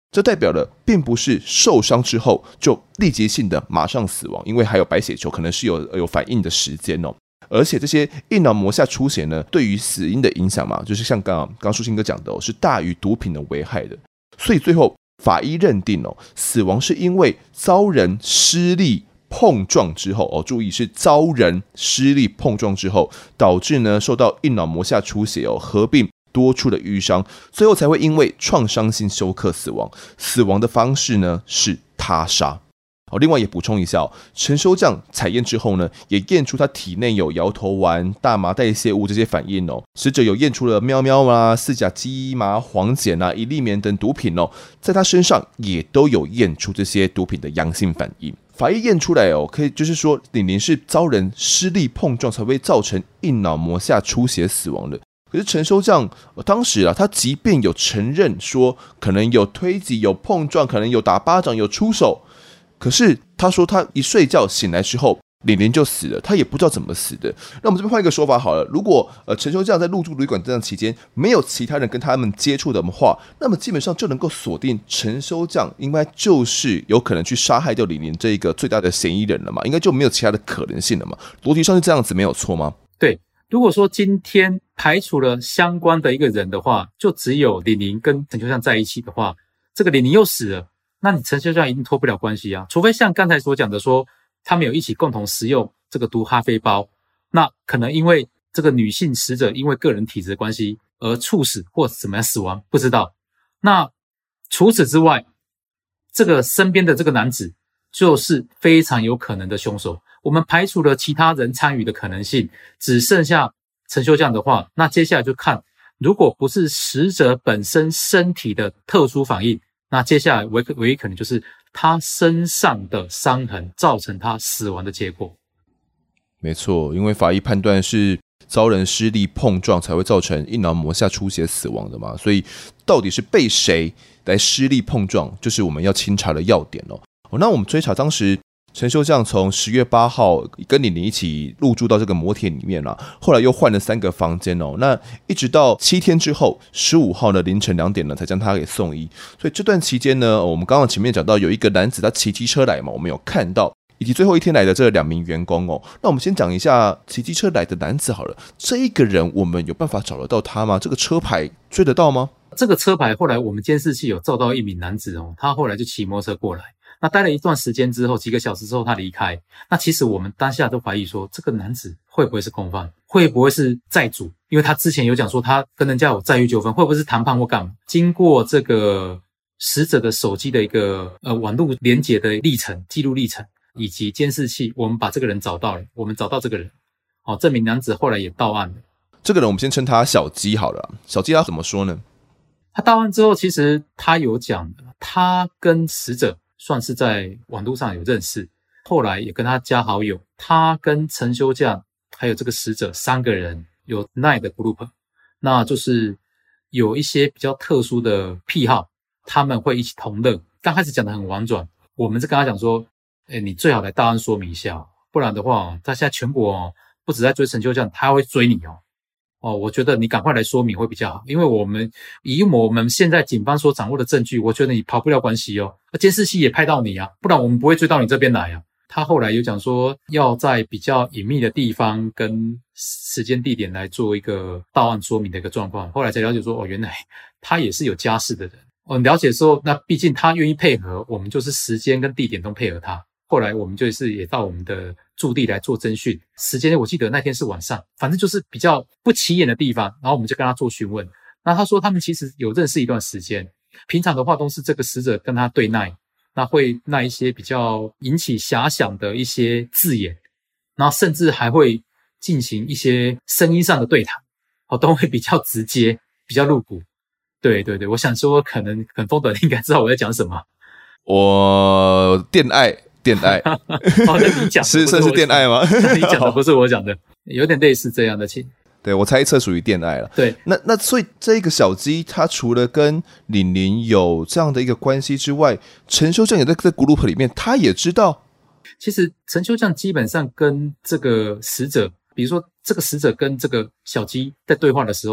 这代表了并不是受伤之后就立即性的马上死亡，因为还有白血球可能是有反应的时间哦。而且这些硬脑膜下出血呢，对于死因的影响嘛，就是像刚舒心哥讲的是大于毒品的危害的。所以最后法医认定死亡是因为遭人施力碰撞之后注意是遭人施力碰撞之后，导致呢受到硬脑膜下出血合并多处的瘀伤，最后才会因为创伤性休克死亡。死亡的方式呢是他杀。另外也补充一下陈修将采验之后呢，也验出他体内有摇头丸、大麻代谢物这些反应死者有验出了喵喵啊、四甲基麻黄碱啊、一粒棉等毒品在他身上也都有验出这些毒品的阳性反应。法医验出来可以就是说玲玲是遭人施力碰撞才会造成硬脑膜下出血死亡的。可是陈修将当时他即便有承认说可能有推挤、有碰撞、可能有打巴掌、有出手，可是他说他一睡觉醒来之后玲玲就死了，他也不知道怎么死的。那我们这边换一个说法好了，如果陈修将在入住旅馆这段期间没有其他人跟他们接触的话，那么基本上就能够锁定陈修将应该就是有可能去杀害掉玲玲这一个最大的嫌疑人了嘛，应该就没有其他的可能性了嘛。逻辑上是这样子没有错吗？ 对，如果说今天排除了相关的一个人的话，就只有玲玲跟陈修将在一起的话，这个玲玲又死了，那你陈修将一定脱不了关系啊，除非像刚才所讲的说他们有一起共同食用这个毒哈非包，那可能因为这个女性死者因为个人体质的关系而猝死或怎么样死亡，不知道。那除此之外，这个身边的这个男子就是非常有可能的凶手。我们排除了其他人参与的可能性，只剩下陈修将的话，那接下来就看如果不是死者本身身体的特殊反应，那接下来唯一可能就是他身上的伤痕造成他死亡的结果。 没错，因为法医判断是遭人施力碰撞才会造成硬脑膜下出血死亡的嘛，所以到底是被谁来施力碰撞，就是我们要清查的要点那我们追查当时陈修将从10月8号跟玲玲一起入住到这个摩铁里面后来又换了3个房间那一直到7天之后15号的凌晨2点呢才将他给送医。所以这段期间呢，我们刚刚前面讲到有一个男子他骑机车来嘛，我们有看到，以及最后一天来的这2名员工那我们先讲一下骑机车来的男子好了，这一个人我们有办法找得到他吗？这个车牌追得到吗？ 这个车牌后来我们监视器有照到一名男子他后来就骑摩托车过来，那待了一段时间之后，几个小时之后他离开。那其实我们当下都怀疑说，这个男子会不会是共犯，会不会是债主，因为他之前有讲说他跟人家有债务纠纷，会不会是谈判或干嘛。经过这个死者的手机的一个网络连结的历程记录历程以及监视器，我们把这个人找到了，我们找到这个人这名男子后来也到案了。 这个人我们先称他小鸡好了，小鸡他怎么说呢？ 他到案之后，其实他有讲他跟死者算是在网络上有认识，后来也跟他加好友。他跟陈修将还有这个死者3个人有 LINE 的 group， 那就是有一些比较特殊的癖好，他们会一起同乐。刚开始讲得很婉转，我们是跟他讲说你最好来大案说明一下，不然的话他现在全国不止在追陈修将，他会追你我觉得你赶快来说明会比较好，因为以我们现在警方所掌握的证据，我觉得你跑不了关系监视器也拍到你不然我们不会追到你这边来他后来有讲说要在比较隐秘的地方跟时间地点来做一个到案说明的一个状况，后来才了解说原来他也是有家室的人了解说那毕竟他愿意配合，我们就是时间跟地点都配合他。后来我们就是也到我们的驻地来做侦讯，时间我记得那天是晚上，反正就是比较不起眼的地方，然后我们就跟他做询问。那他说他们其实有认识一段时间，平常的话都是这个死者跟他对耐，那会耐一些比较引起遐想的一些字眼，然后甚至还会进行一些声音上的对谈都会比较直接比较露骨。对对对，我想说可能很疯的人应该知道我在讲什么。 我恋爱那你讲是算是恋爱吗？ 你讲的不是我讲的，有点类似这样的情。 对，我猜测属于恋爱了。 对， 那所以这个小鸡他除了跟玲玲有这样的一个关系之外，陈修将也在这 group 里面，他也知道。 其实陈修将基本上跟这个死者，比如说这个死者跟这个小鸡在对话的时候，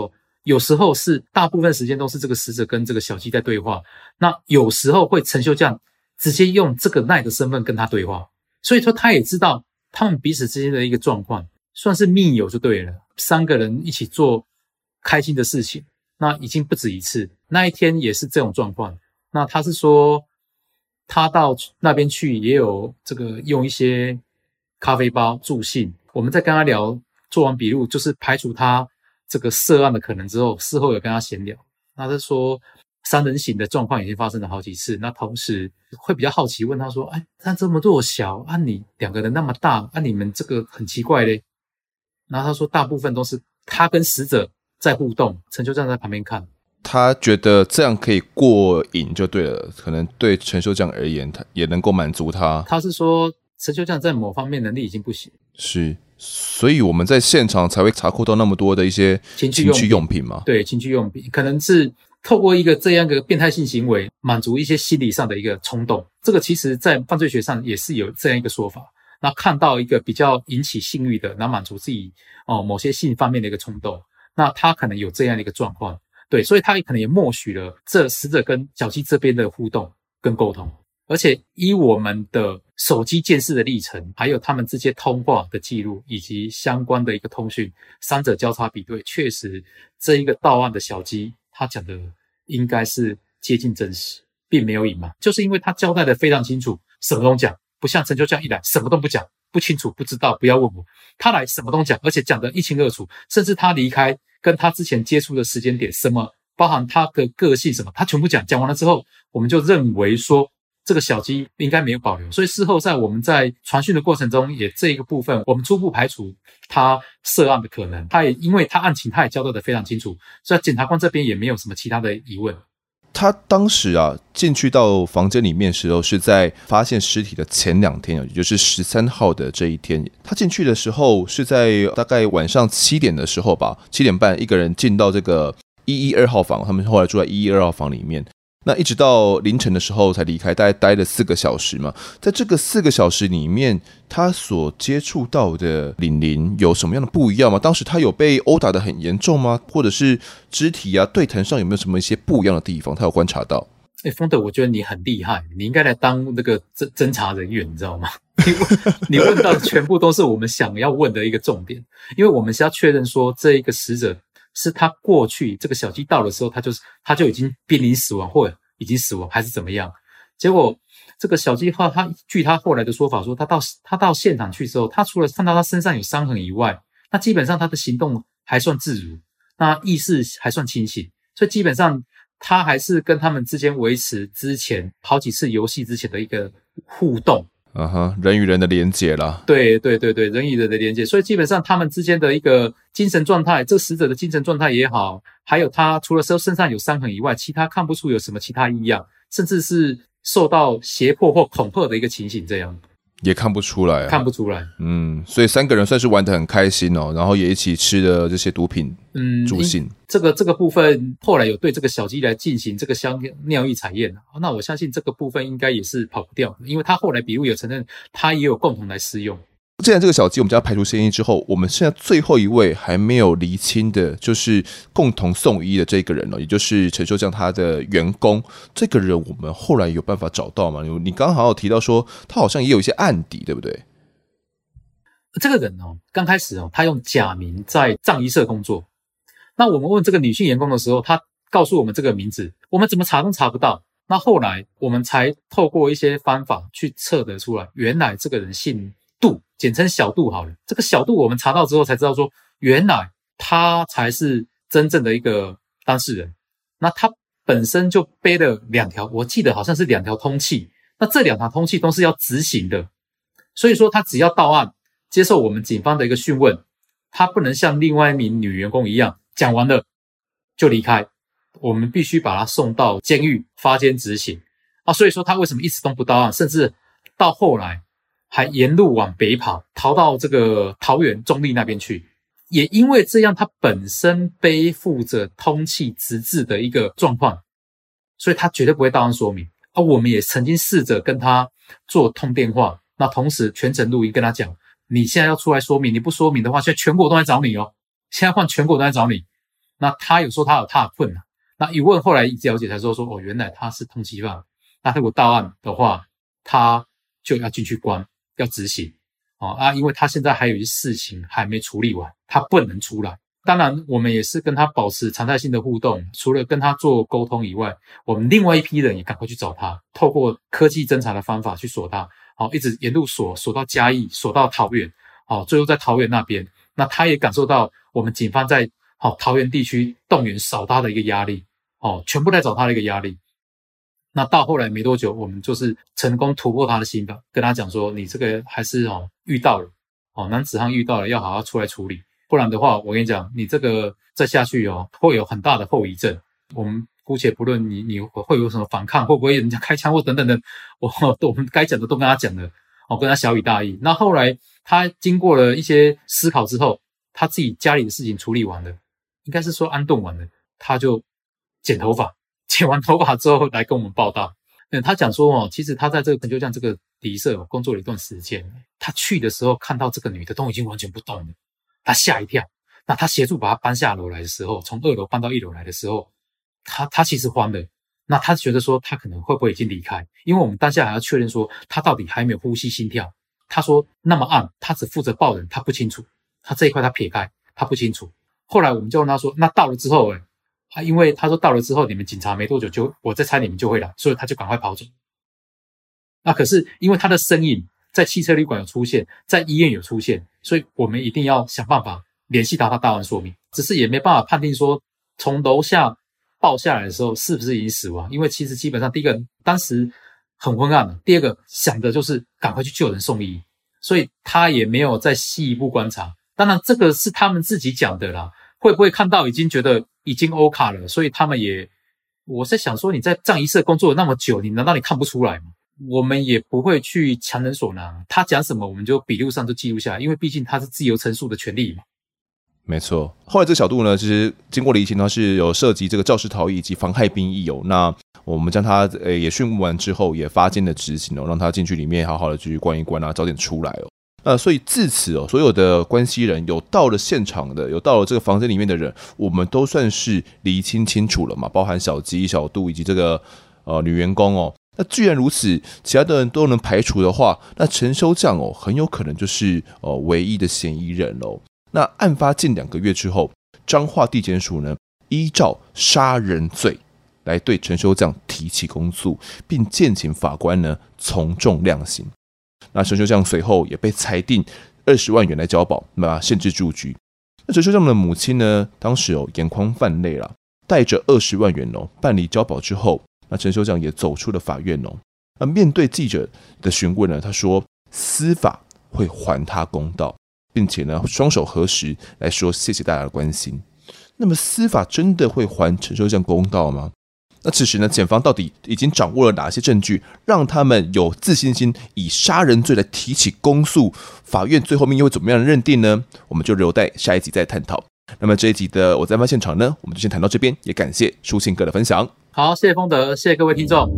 有时候是大部分时间都是这个死者跟这个小鸡在对话，那有时候会陈秀将直接用这个赖的身份跟他对话，所以说他也知道他们彼此之间的一个状况，算是密友就对了。3个人一起做开心的事情，那已经不止一次。那一天也是这种状况。那他是说他到那边去也有这个用一些咖啡包助兴。我们在跟他聊，做完笔录就是排除他这个涉案的可能之后，事后有跟他闲聊。那他说3人行的状况已经发生了好几次，那同时会比较好奇问他说，哎，他这么弱小啊，你2个人那么大啊，你们这个很奇怪嘞。然后他说大部分都是他跟死者在互动，陈秀将在旁边看。 他觉得这样可以过瘾就对了，可能对陈秀将而言，他也能够满足他。 他是说陈秀将在某方面能力已经不行， 是，所以我们在现场才会查扣到那么多的一些情趣用品嘛。 对，情趣用品可能是透过一个这样一个变态性行为，满足一些心理上的一个冲动。这个其实在犯罪学上也是有这样一个说法。那看到一个比较引起性欲的，然后满足自己某些性方面的一个冲动，那他可能有这样的一个状况。对，所以他可能也默许了这死者跟小鸡这边的互动跟沟通。而且以我们的手机监视的历程，还有他们之间通话的记录以及相关的一个通讯，3者交叉比对，确实这一个到案的小鸡他讲的应该是接近真实，并没有隐瞒。就是因为他交代的非常清楚，什么都讲，不像陈秀将一来什么都不讲，不清楚不知道不要问我，他来什么都讲，而且讲得一清二楚，甚至他离开跟他之前接触的时间点，什么包含他的个性什么，他全部讲完了之后，我们就认为说这个小鸡应该没有保留。所以事后在我们在传讯的过程中，也这一个部分我们初步排除他涉案的可能。他也因为他案情他也交代得非常清楚，所以检察官这边也没有什么其他的疑问。 他当时进去到房间里面的时候，是在发现尸体的前2天，也就是13号的这一天。他进去的时候是在大概晚上7点的时候吧，7点半一个人进到这个112号房，他们后来住在112号房里面。那一直到凌晨的时候才离开，大概待了4个小时嘛。在这个4个小时里面，他所接触到的玲玲有什么样的不一样吗？当时他有被殴打得很严重吗？或者是肢体对谈上有没有什么一些不一样的地方？他有观察到？ 丰德，我觉得你很厉害，你应该来当那个侦查人员，你知道吗？你问到的全部都是我们想要问的一个重点，因为我们是要确认说这一个死者是他过去这个小鸡到的时候，他就已经濒临死亡，或者已经死亡，还是怎么样？结果这个小鸡号，据他后来的说法说，他到现场去之后，他除了看到他身上有伤痕以外，那基本上他的行动还算自如，那意识还算清醒，所以基本上他还是跟他们之间维持之前好几次游戏之前的一个互动。 人与人的连结啦。 对，人与人的连结，所以基本上他们之间的一个精神状态，这个死者的精神状态也好，还有他除了身上有伤痕以外，其他看不出有什么其他异样，甚至是受到胁迫或恐吓的一个情形，这样也看不出来看不出来。 所以3个人算是玩得很开心哦，然后也一起吃了这些毒品助兴。 这个部分后来有对这个小鸡来进行这个尿液采验，那我相信这个部分应该也是跑不掉的，因为他后来笔录也承认他也有共同来施用。 既然这个小鸡我们将要排除嫌疑之后，我们现在最后一位还没有厘清的就是共同送医的这个人也就是陈秀将他的员工。这个人我们后来有办法找到吗？你刚刚好像有提到说他好像也有一些案底，对不对？ 这个人刚开始他用假名在葬仪社工作。那我们问这个女性员工的时候，她告诉我们这个名字，我们怎么查都查不到。那后来我们才透过一些方法去测得出来，原来这个人姓杜，简称小杜好了。这个小杜我们查到之后才知道说，原来他才是真正的一个当事人。那他本身就背了2条，我记得好像是2条通缉，那这2条通缉都是要执行的。所以说他只要到案，接受我们警方的一个讯问，他不能像另外一名女员工一样讲完了就离开，我们必须把他送到监狱发监执行所以说他为什么一直都不到案，甚至到后来还沿路往北跑，逃到这个桃园中立那边去。也因为这样，他本身背负着通缉执照的一个状况，所以他绝对不会到案说明我们也曾经试着跟他做通电话，那同时全程录音跟他讲，你现在要出来说明，你不说明的话，现在全国都在找你现在换全国都在找你。 那他有说他有他的困难，那一问后来一了解才说原来他是通缉犯，那如果到案的话，他就要进去关，要执行因为他现在还有一些事情还没处理完，他不能出来。当然我们也是跟他保持常态性的互动，除了跟他做沟通以外，我们另外一批人也赶快去找他，透过科技侦查的方法去锁他，一直沿路锁到嘉义，锁到桃园，最后在桃园那边，那他也感受到我们警方在桃园地区动员扫他的一个压力，全部在找他的一个压力。那到后来没多久，我们就是成功突破他的心防，跟他讲说，你这个还是遇到了，男子汉遇到了，要好好出来处理，不然的话，我跟你讲，你这个再下去会有很大的后遗症。我们姑且不论你会有什么反抗，会不会人家开枪或等等的，我们该讲的都跟他讲了，跟他小以大义。那后来他经过了一些思考之后，他自己家里的事情处理完了，应该是说安顿完了，他就剪头发，剪完头发之后来跟我们报道。他讲说其实他在这个成就这样这个敌社工作了一段时间，他去的时候看到这个女的都已经完全不动了，他吓一跳。那他协助把他搬下楼来的时候，从2楼搬到1楼来的时候，他其实慌了。那他觉得说他可能会不会已经离开，因为我们当下还要确认说他到底还没有呼吸心跳。他说那么暗，他只负责报人，他不清楚，他这一块他撇开，他不清楚。后来我们就问他说，那到了之后因为他说到了之后你们警察没多久我在猜你们就会来，所以他就赶快跑走。那可是因为他的身影在汽车旅馆有出现，在医院有出现，所以我们一定要想办法联系到他到案说明，只是也没办法判定说从楼下抱下来的时候是不是已经死亡，因为其实基本上第一个当时很昏暗，第二个想的就是赶快去救人送医，所以他也没有再细一步观察。当然这个是他们自己讲的啦，会不会看到已经觉得已经 OK 了，所以他们也，我在想说你在葬仪社工作了那么久，难道你看不出来吗？我们也不会去强人所难，他讲什么我们就笔录上就记录下来，因为毕竟他是自由陈述的权利嘛。 没错，后来这个小度呢，其实经过厘清，它是有涉及这个肇事逃逸以及妨害兵役那我们将他也讯问完之后，也发监的执行让他进去里面好好的继续关一关早点出来所以自此所有的关系人有到了现场的，有到了这个房间里面的人，我们都算是厘清清楚了嘛，包含小鸡、小杜以及这个女员工那既然如此，其他的人都能排除的话，那陈修将很有可能就是唯一的嫌疑人那案发近2个月之后，彰化地检署呢依照杀人罪来对陈修将提起公诉，并建请法官呢从重量刑。那陈修将随后也被裁定20万元来交保，限制住居。那陈修将的母亲呢，当时眼眶泛泪啦，带着20万元办理交保之后，那陈修将也走出了法院面对记者的询问呢，他说司法会还他公道，并且呢双手合十来说谢谢大家的关心。那么司法真的会还陈修将公道吗？那此时呢，检方到底已经掌握了哪些证据，让他们有自信心以杀人罪来提起公诉？法院最后面又会怎么样的认定呢？我们就留待下一集再探讨。那么这一集的我在案发现场呢，我们就先谈到这边，也感谢书信哥的分享。 好，谢谢丰德，谢谢各位听众。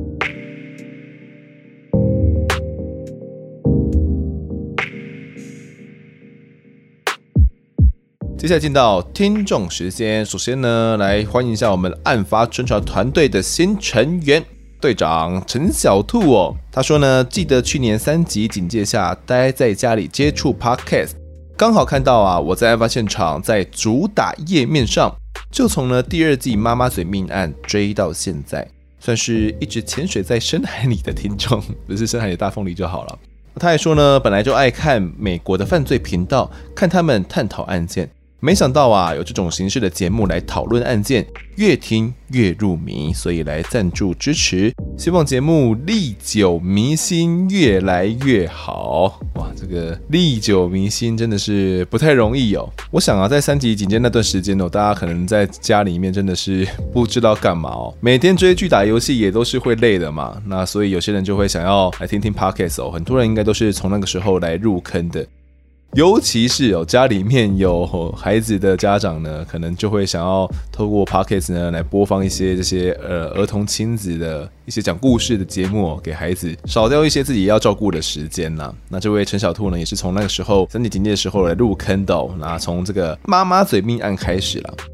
接下来进到听众时间，首先呢，来欢迎一下我们案发侦查团队的新成员队长陈小兔他说呢，记得去年3级警戒下待在家里接触 Podcast， 刚好看到我在案发现场在主打页面上，就从呢第2季妈妈嘴命案追到现在，算是一直潜水在深海里的听众，不是深海里的大凤梨就好了。他还说呢，本来就爱看美国的犯罪频道，看他们探讨案件。没想到有这种形式的节目来讨论案件，越听越入迷，所以来赞助支持，希望节目历久弥新，越来越好。哇，这个历久弥新真的是不太容易我想在3级警戒那段时间大家可能在家里面真的是不知道干嘛每天追剧打游戏也都是会累的嘛，那所以有些人就会想要来听听 Podcast 很多人应该都是从那个时候来入坑的。尤其是家里面有孩子的家长呢，可能就会想要透过 Podcast 呢来播放一些这些儿童亲子的一些讲故事的节目给孩子，少掉一些自己要照顾的时间啦。那这位陈小兔呢，也是从那个时候3级警戒的时候来入坑的那从这个妈妈嘴命案开始啦。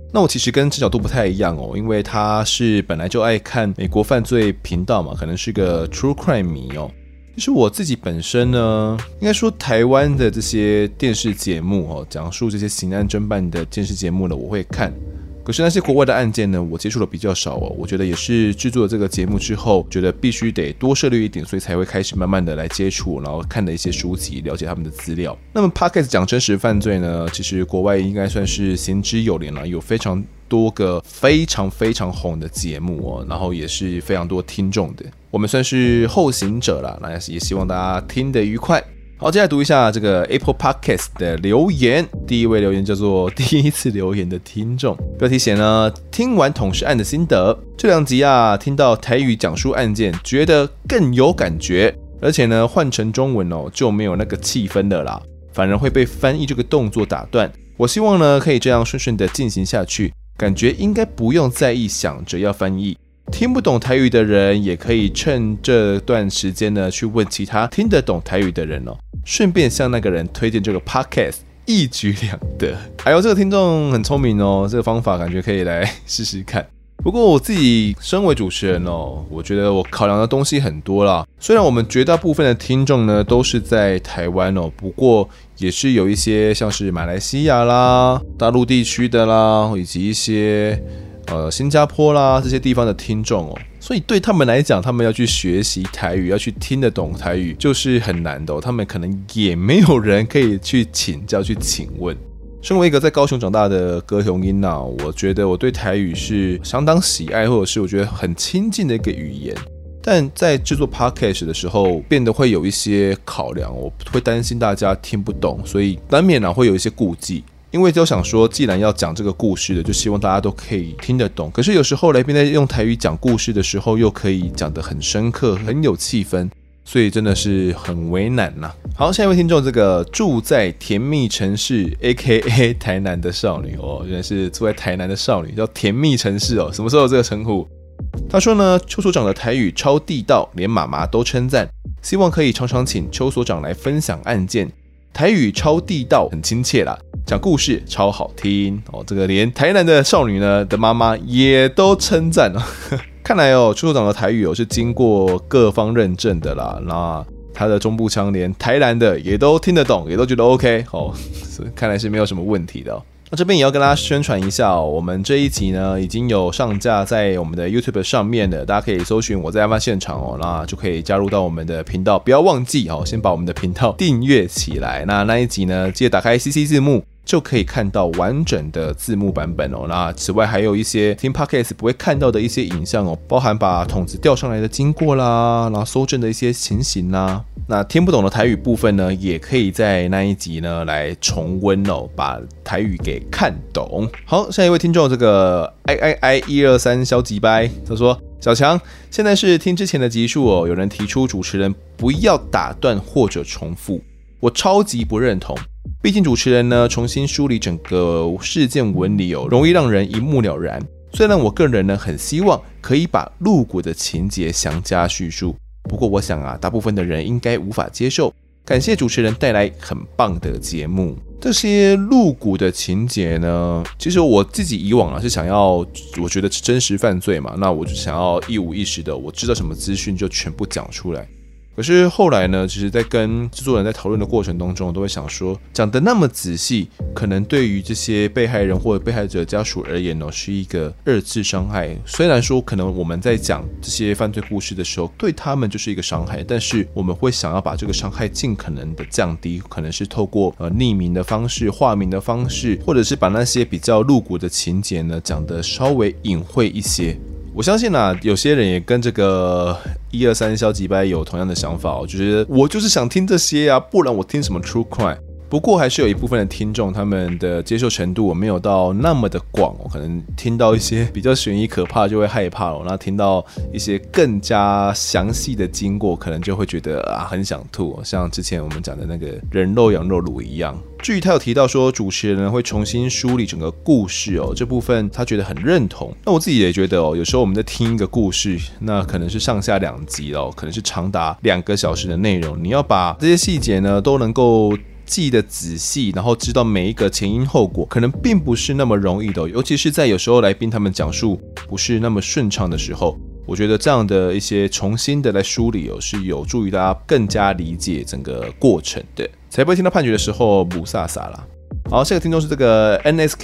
那我其实跟陈角度不太一样因为他是本来就爱看美国犯罪频道嘛，可能是个 True Crime 迷其实我自己本身呢，应该说台湾的这些电视节目讲述这些刑案侦办的电视节目呢，我会看。可是那些国外的案件呢，我接触的比较少我觉得也是制作了这个节目之后，觉得必须得多涉猎一点，所以才会开始慢慢的来接触，然后看的一些书籍，了解他们的资料。那么 Podcast 讲真实犯罪呢，其实国外应该算是行之有年了，有非常多个非常非常红的节目然后也是非常多听众的。我们算是后行者啦，那也希望大家听得愉快。好，接下来读一下这个 Apple Podcast 的留言。第一位留言叫做第一次留言的听众，标题写呢，听完捅尸案的心得，这2集听到台语讲述案件，觉得更有感觉，而且呢换成中文就没有那个气氛了啦，反而会被翻译这个动作打断。我希望呢可以这样顺顺的进行下去，感觉应该不用在意想着要翻译。听不懂台语的人也可以趁这段时间呢去问其他听得懂台语的人顺便向那个人推荐这个 podcast， 一举两得。还有这个听众很聪明这个方法感觉可以来试试看。不过我自己身为主持人我觉得我考量的东西很多啦。虽然我们绝大部分的听众呢都是在台湾不过也是有一些像是马来西亚啦、大陆地区的啦，以及一些新加坡啦这些地方的听众所以对他们来讲，他们要去学习台语，要去听得懂台语，就是很难的他们可能也没有人可以去请教、去请问。身为一个在高雄长大的高雄人我觉得我对台语是相当喜爱，或者是我觉得很亲近的一个语言。但在制作 podcast 的时候，变得会有一些考量，我会担心大家听不懂，所以难免会有一些顾忌。因为就想说，既然要讲这个故事的，就希望大家都可以听得懂。可是有时候来宾在用台语讲故事的时候，又可以讲得很深刻、很有气氛，所以真的是很为难呐。好，下一位听众，这个住在甜蜜城市 ，A.K.A 台南的少女原来是住在台南的少女，叫甜蜜城市什么时候有这个称呼？他说呢，邱所长的台语超地道，连妈妈都称赞，希望可以常常请邱所长来分享案件。台语超地道，很亲切啦，讲故事超好听这个连台南的少女呢的妈妈也都称赞看来邱所长的台语是经过各方认证的啦，那他的中部腔连台南的也都听得懂，也都觉得 OK 看来是没有什么问题的那这边也要跟大家宣传一下我们这一集呢已经有上架在我们的 YouTube 上面的，大家可以搜寻我在案发现场那就可以加入到我们的频道，不要忘记先把我们的频道订阅起来。那一集呢，记得打开 CC 字幕，就可以看到完整的字幕版本那此外还有一些听 Podcast 不会看到的一些影像包含把筒子吊上来的经过啦，然后搜证的一些情形啦。那听不懂的台语部分呢，也可以在那一集呢来重温把台语给看懂。好，下一位听众这个 123消极掰，他说：小强，现在是听之前的集数有人提出主持人不要打断或者重复，我超级不认同。毕竟主持人呢重新梳理整个事件纹理容易让人一目了然。虽然我个人呢很希望可以把露骨的情节详加叙述，不过我想大部分的人应该无法接受。感谢主持人带来很棒的节目。这些露骨的情节呢，其实我自己以往是想要，我觉得真实犯罪嘛，那我就想要一五一十的，我知道什么资讯就全部讲出来。可是后来呢，其实在跟制作人在讨论的过程当中，我都会想说，讲得那么仔细，可能对于这些被害人或者被害者家属而言是一个二次伤害。虽然说可能我们在讲这些犯罪故事的时候，对他们就是一个伤害，但是我们会想要把这个伤害尽可能的降低，可能是透过匿名的方式、化名的方式，或者是把那些比较露骨的情节呢讲得稍微隐晦一些。我相信有些人也跟这个123消极掰有同样的想法，我觉得我就是想听这些不然我听什么 True Crime。不过还是有一部分的听众，他们的接受程度没有到那么的广，可能听到一些比较悬疑可怕就会害怕了，那听到一些更加详细的经过，可能就会觉得很想吐，像之前我们讲的那个人肉羊肉卤一样。至于他有提到说主持人会重新梳理整个故事这部分他觉得很认同。那我自己也觉得有时候我们在听一个故事，那可能是上下2集可能是长达2个小时的内容，你要把这些细节呢都能够记得仔细，然后知道每一个前因后果，可能并不是那么容易的尤其是在有时候来宾他们讲述不是那么顺畅的时候，我觉得这样的一些重新的来梳理是有助于大家更加理解整个过程的，才不会听到判决的时候不飒飒啦。好，下个听众是这个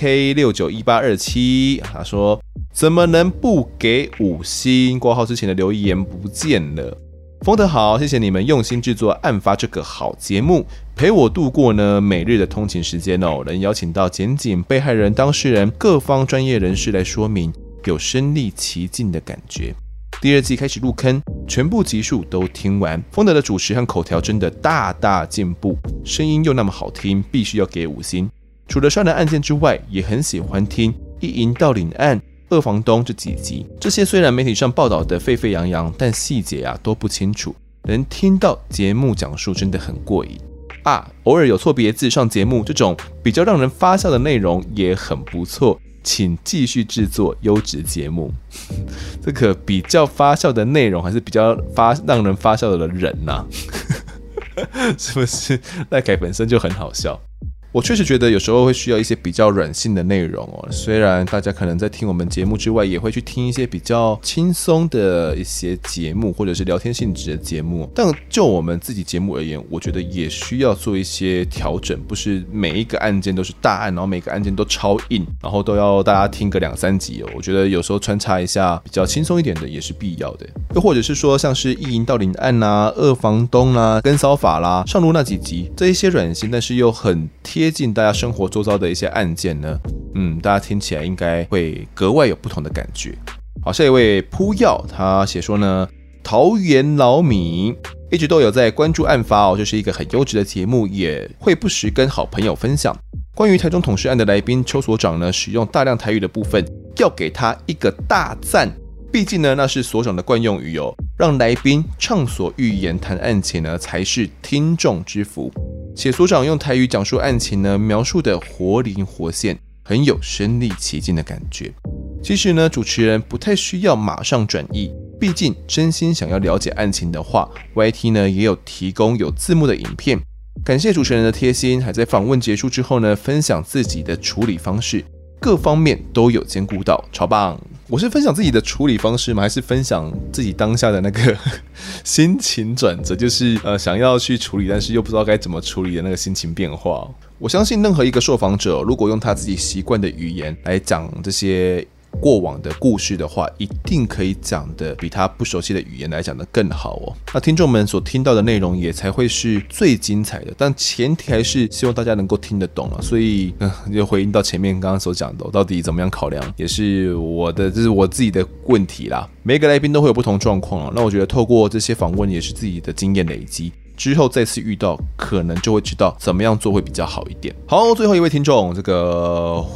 NSK691827，他说怎么能不给5星？挂号之前的留言不见了。风德好，谢谢你们用心制作案发这个好节目，陪我度过呢每日的通勤时间能邀请到检警、被害人、当事人各方专业人士来说明，有身临其境的感觉。第2季开始入坑，全部集数都听完。风德的主持和口条真的大大进步，声音又那么好听，必须要给5星。除了杀人案件之外，也很喜欢听一营盗领案、二房东这几集。这些虽然媒体上报道的沸沸扬扬，但细节都不清楚，能听到节目讲述真的很过瘾偶尔有错别字上节目，这种比较让人发笑的内容也很不错。请继续制作优质节目。这个比较发笑的内容，还是比较让人发笑的人是不是？赖凯本身就很好笑。我确实觉得有时候会需要一些比较软性的内容虽然大家可能在听我们节目之外，也会去听一些比较轻松的一些节目，或者是聊天性质的节目，但就我们自己节目而言，我觉得也需要做一些调整，不是每一个案件都是大案，然后每个案件都超硬，然后都要大家听个2-3集我觉得有时候穿插一下比较轻松一点的也是必要的。又或者是说像是一营盗领案二房东跟骚法啦、上路那几集，这一些软性但是又很贴近大家生活周遭的一些案件呢，大家听起来应该会格外有不同的感觉。好，下一位扑药，他写说呢，桃园老米一直都有在关注案发这是一个很优质的节目，也会不时跟好朋友分享。关于台中统事案的来宾邱所长呢，使用大量台语的部分，要给他一个大赞。毕竟呢，那是所长的惯用语让来宾畅所欲言谈案情呢，才是听众之福。且所长用台语讲述案情呢，描述的活灵活现，很有身临其境的感觉。其实呢，主持人不太需要马上转译，毕竟真心想要了解案情的话 ，YT 呢也有提供有字幕的影片。感谢主持人的贴心，还在访问结束之后呢，分享自己的处理方式，各方面都有兼顾到，超棒！我是分享自己的处理方式吗？还是分享自己当下的那个心情转折？就是想要去处理，但是又不知道该怎么处理的那个心情变化。我相信任何一个受访者，如果用他自己习惯的语言来讲这些过往的故事的话，一定可以讲的比他不熟悉的语言来讲的更好那听众们所听到的内容也才会是最精彩的，但前提还是希望大家能够听得懂所以就回应到前面刚刚所讲的，我到底怎么样考量，也是这是我自己的问题啦。每个来宾都会有不同状况那我觉得透过这些访问也是自己的经验累积，之后再次遇到可能就会知道怎么样做会比较好一点。好，最后一位听众，这个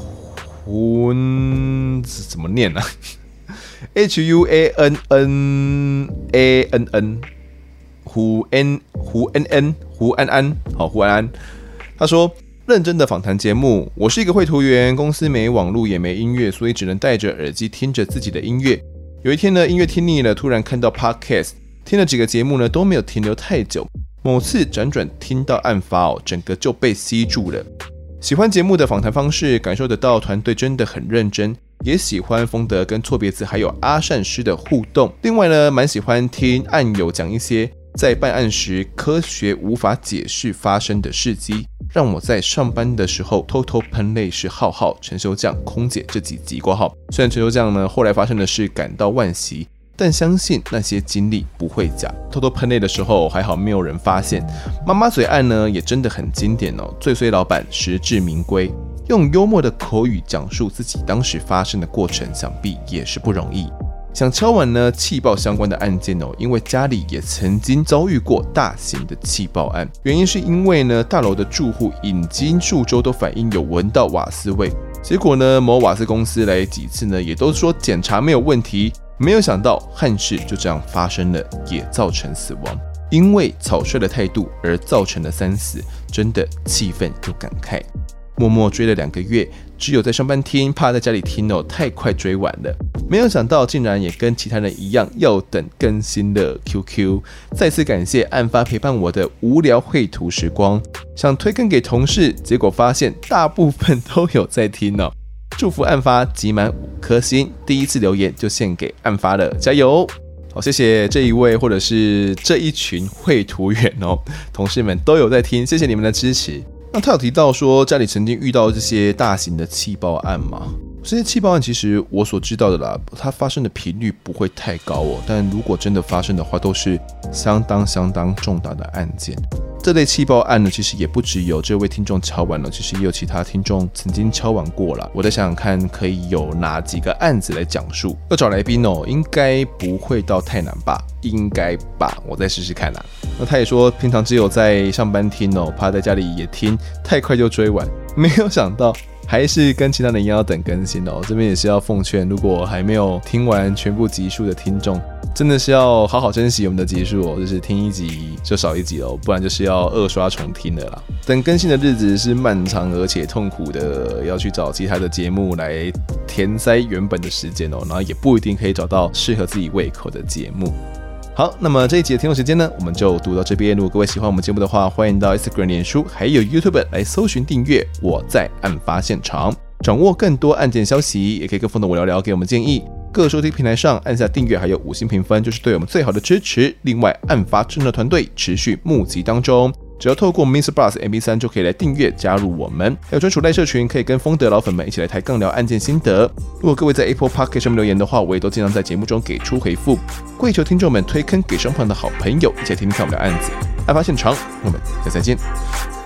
怎么念HUANNANN 胡安安，好，胡安安，他说认真的访谈节目，我是一个绘图员，公司没网路也没音乐，所以只能戴着耳机听着自己的音乐。有一天呢，音乐听腻了，突然看到 Podcast， 听了几个节目呢都没有停留太久，某次辗转听到案发整个就被吸住了。喜欢节目的访谈方式，感受得到团队真的很认真，也喜欢风德跟错别字还有阿善师的互动。另外呢，蛮喜欢听案友讲一些在办案时科学无法解释发生的事迹，让我在上班的时候偷偷喷泪是浩浩、陈修将、空姐这几集括号。虽然陈修将呢后来发生的事感到惋惜，但相信那些经历不会假。偷偷喷泪的时候还好没有人发现。妈妈嘴案呢也真的很经典最衰老板实至名归，用幽默的口语讲述自己当时发生的过程，想必也是不容易。想敲碗呢气爆相关的案件因为家里也曾经遭遇过大型的气爆案，原因是因为呢大楼的住户已经数周都反映有闻到瓦斯味，结果呢某瓦斯公司来几次呢也都说检查没有问题，没有想到憾事就这样发生了，也造成死亡。因为草率的态度而造成的3死，真的气愤又感慨。默默追了2个月，只有在上班听，怕在家里听太快追完了。 没有想到竟然也跟其他人一样要等更新的 QQ。再次感谢案发陪伴我的无聊绘图时光，想推更给同事，结果发现大部分都有在听哦。祝福案发集满5颗星，第一次留言就献给案发了，加油！好，谢谢这一位或者是这一群绘图员哦，同事们都有在听，谢谢你们的支持。那他有提到说家里曾经遇到这些大型的气爆案吗？这些气爆案其实我所知道的啦，它发生的频率不会太高哦，但如果真的发生的话，都是相当重大的案件。这类气爆案呢，其实也不只有这位听众敲完了，其实也有其他听众曾经敲完过了。我在想想看，可以有哪几个案子来讲述？要找来宾哦，应该不会到太难吧？应该吧，我再试试看啦。那他也说，平常只有在上班听哦，怕在家里也听，太快就追完，没有想到。还是跟其他人一样要等更新哦，这边也是要奉劝，如果还没有听完全部集数的听众，真的是要好好珍惜我们的集数哦，就是听一集就少一集哦，不然就是要2刷重听的啦。等更新的日子是漫长而且痛苦的，要去找其他的节目来填塞原本的时间哦，然后也不一定可以找到适合自己胃口的节目。好，那么这一集的听众时间呢，我们就读到这边。如果各位喜欢我们节目的话，欢迎到 Instagram、脸书还有 YouTube 来搜寻订阅我在案发现场，掌握更多案件消息，也可以跟风的我聊聊，给我们建议。各收听平台上按下订阅还有5星评分，就是对我们最好的支持。另外，案发侦查团队持续募集当中，只要透过 Mr. Bus MP3 就可以来订阅加入我们，还有专属赖社群，可以跟风的老粉们一起来抬杠聊案件心得。如果各位在 Apple Podcast 上面留言的话，我也都尽量在节目中给出回复。跪求听众们推坑给身旁的好朋友，一起来听听看我们的案子。案发现场，我们下次再见。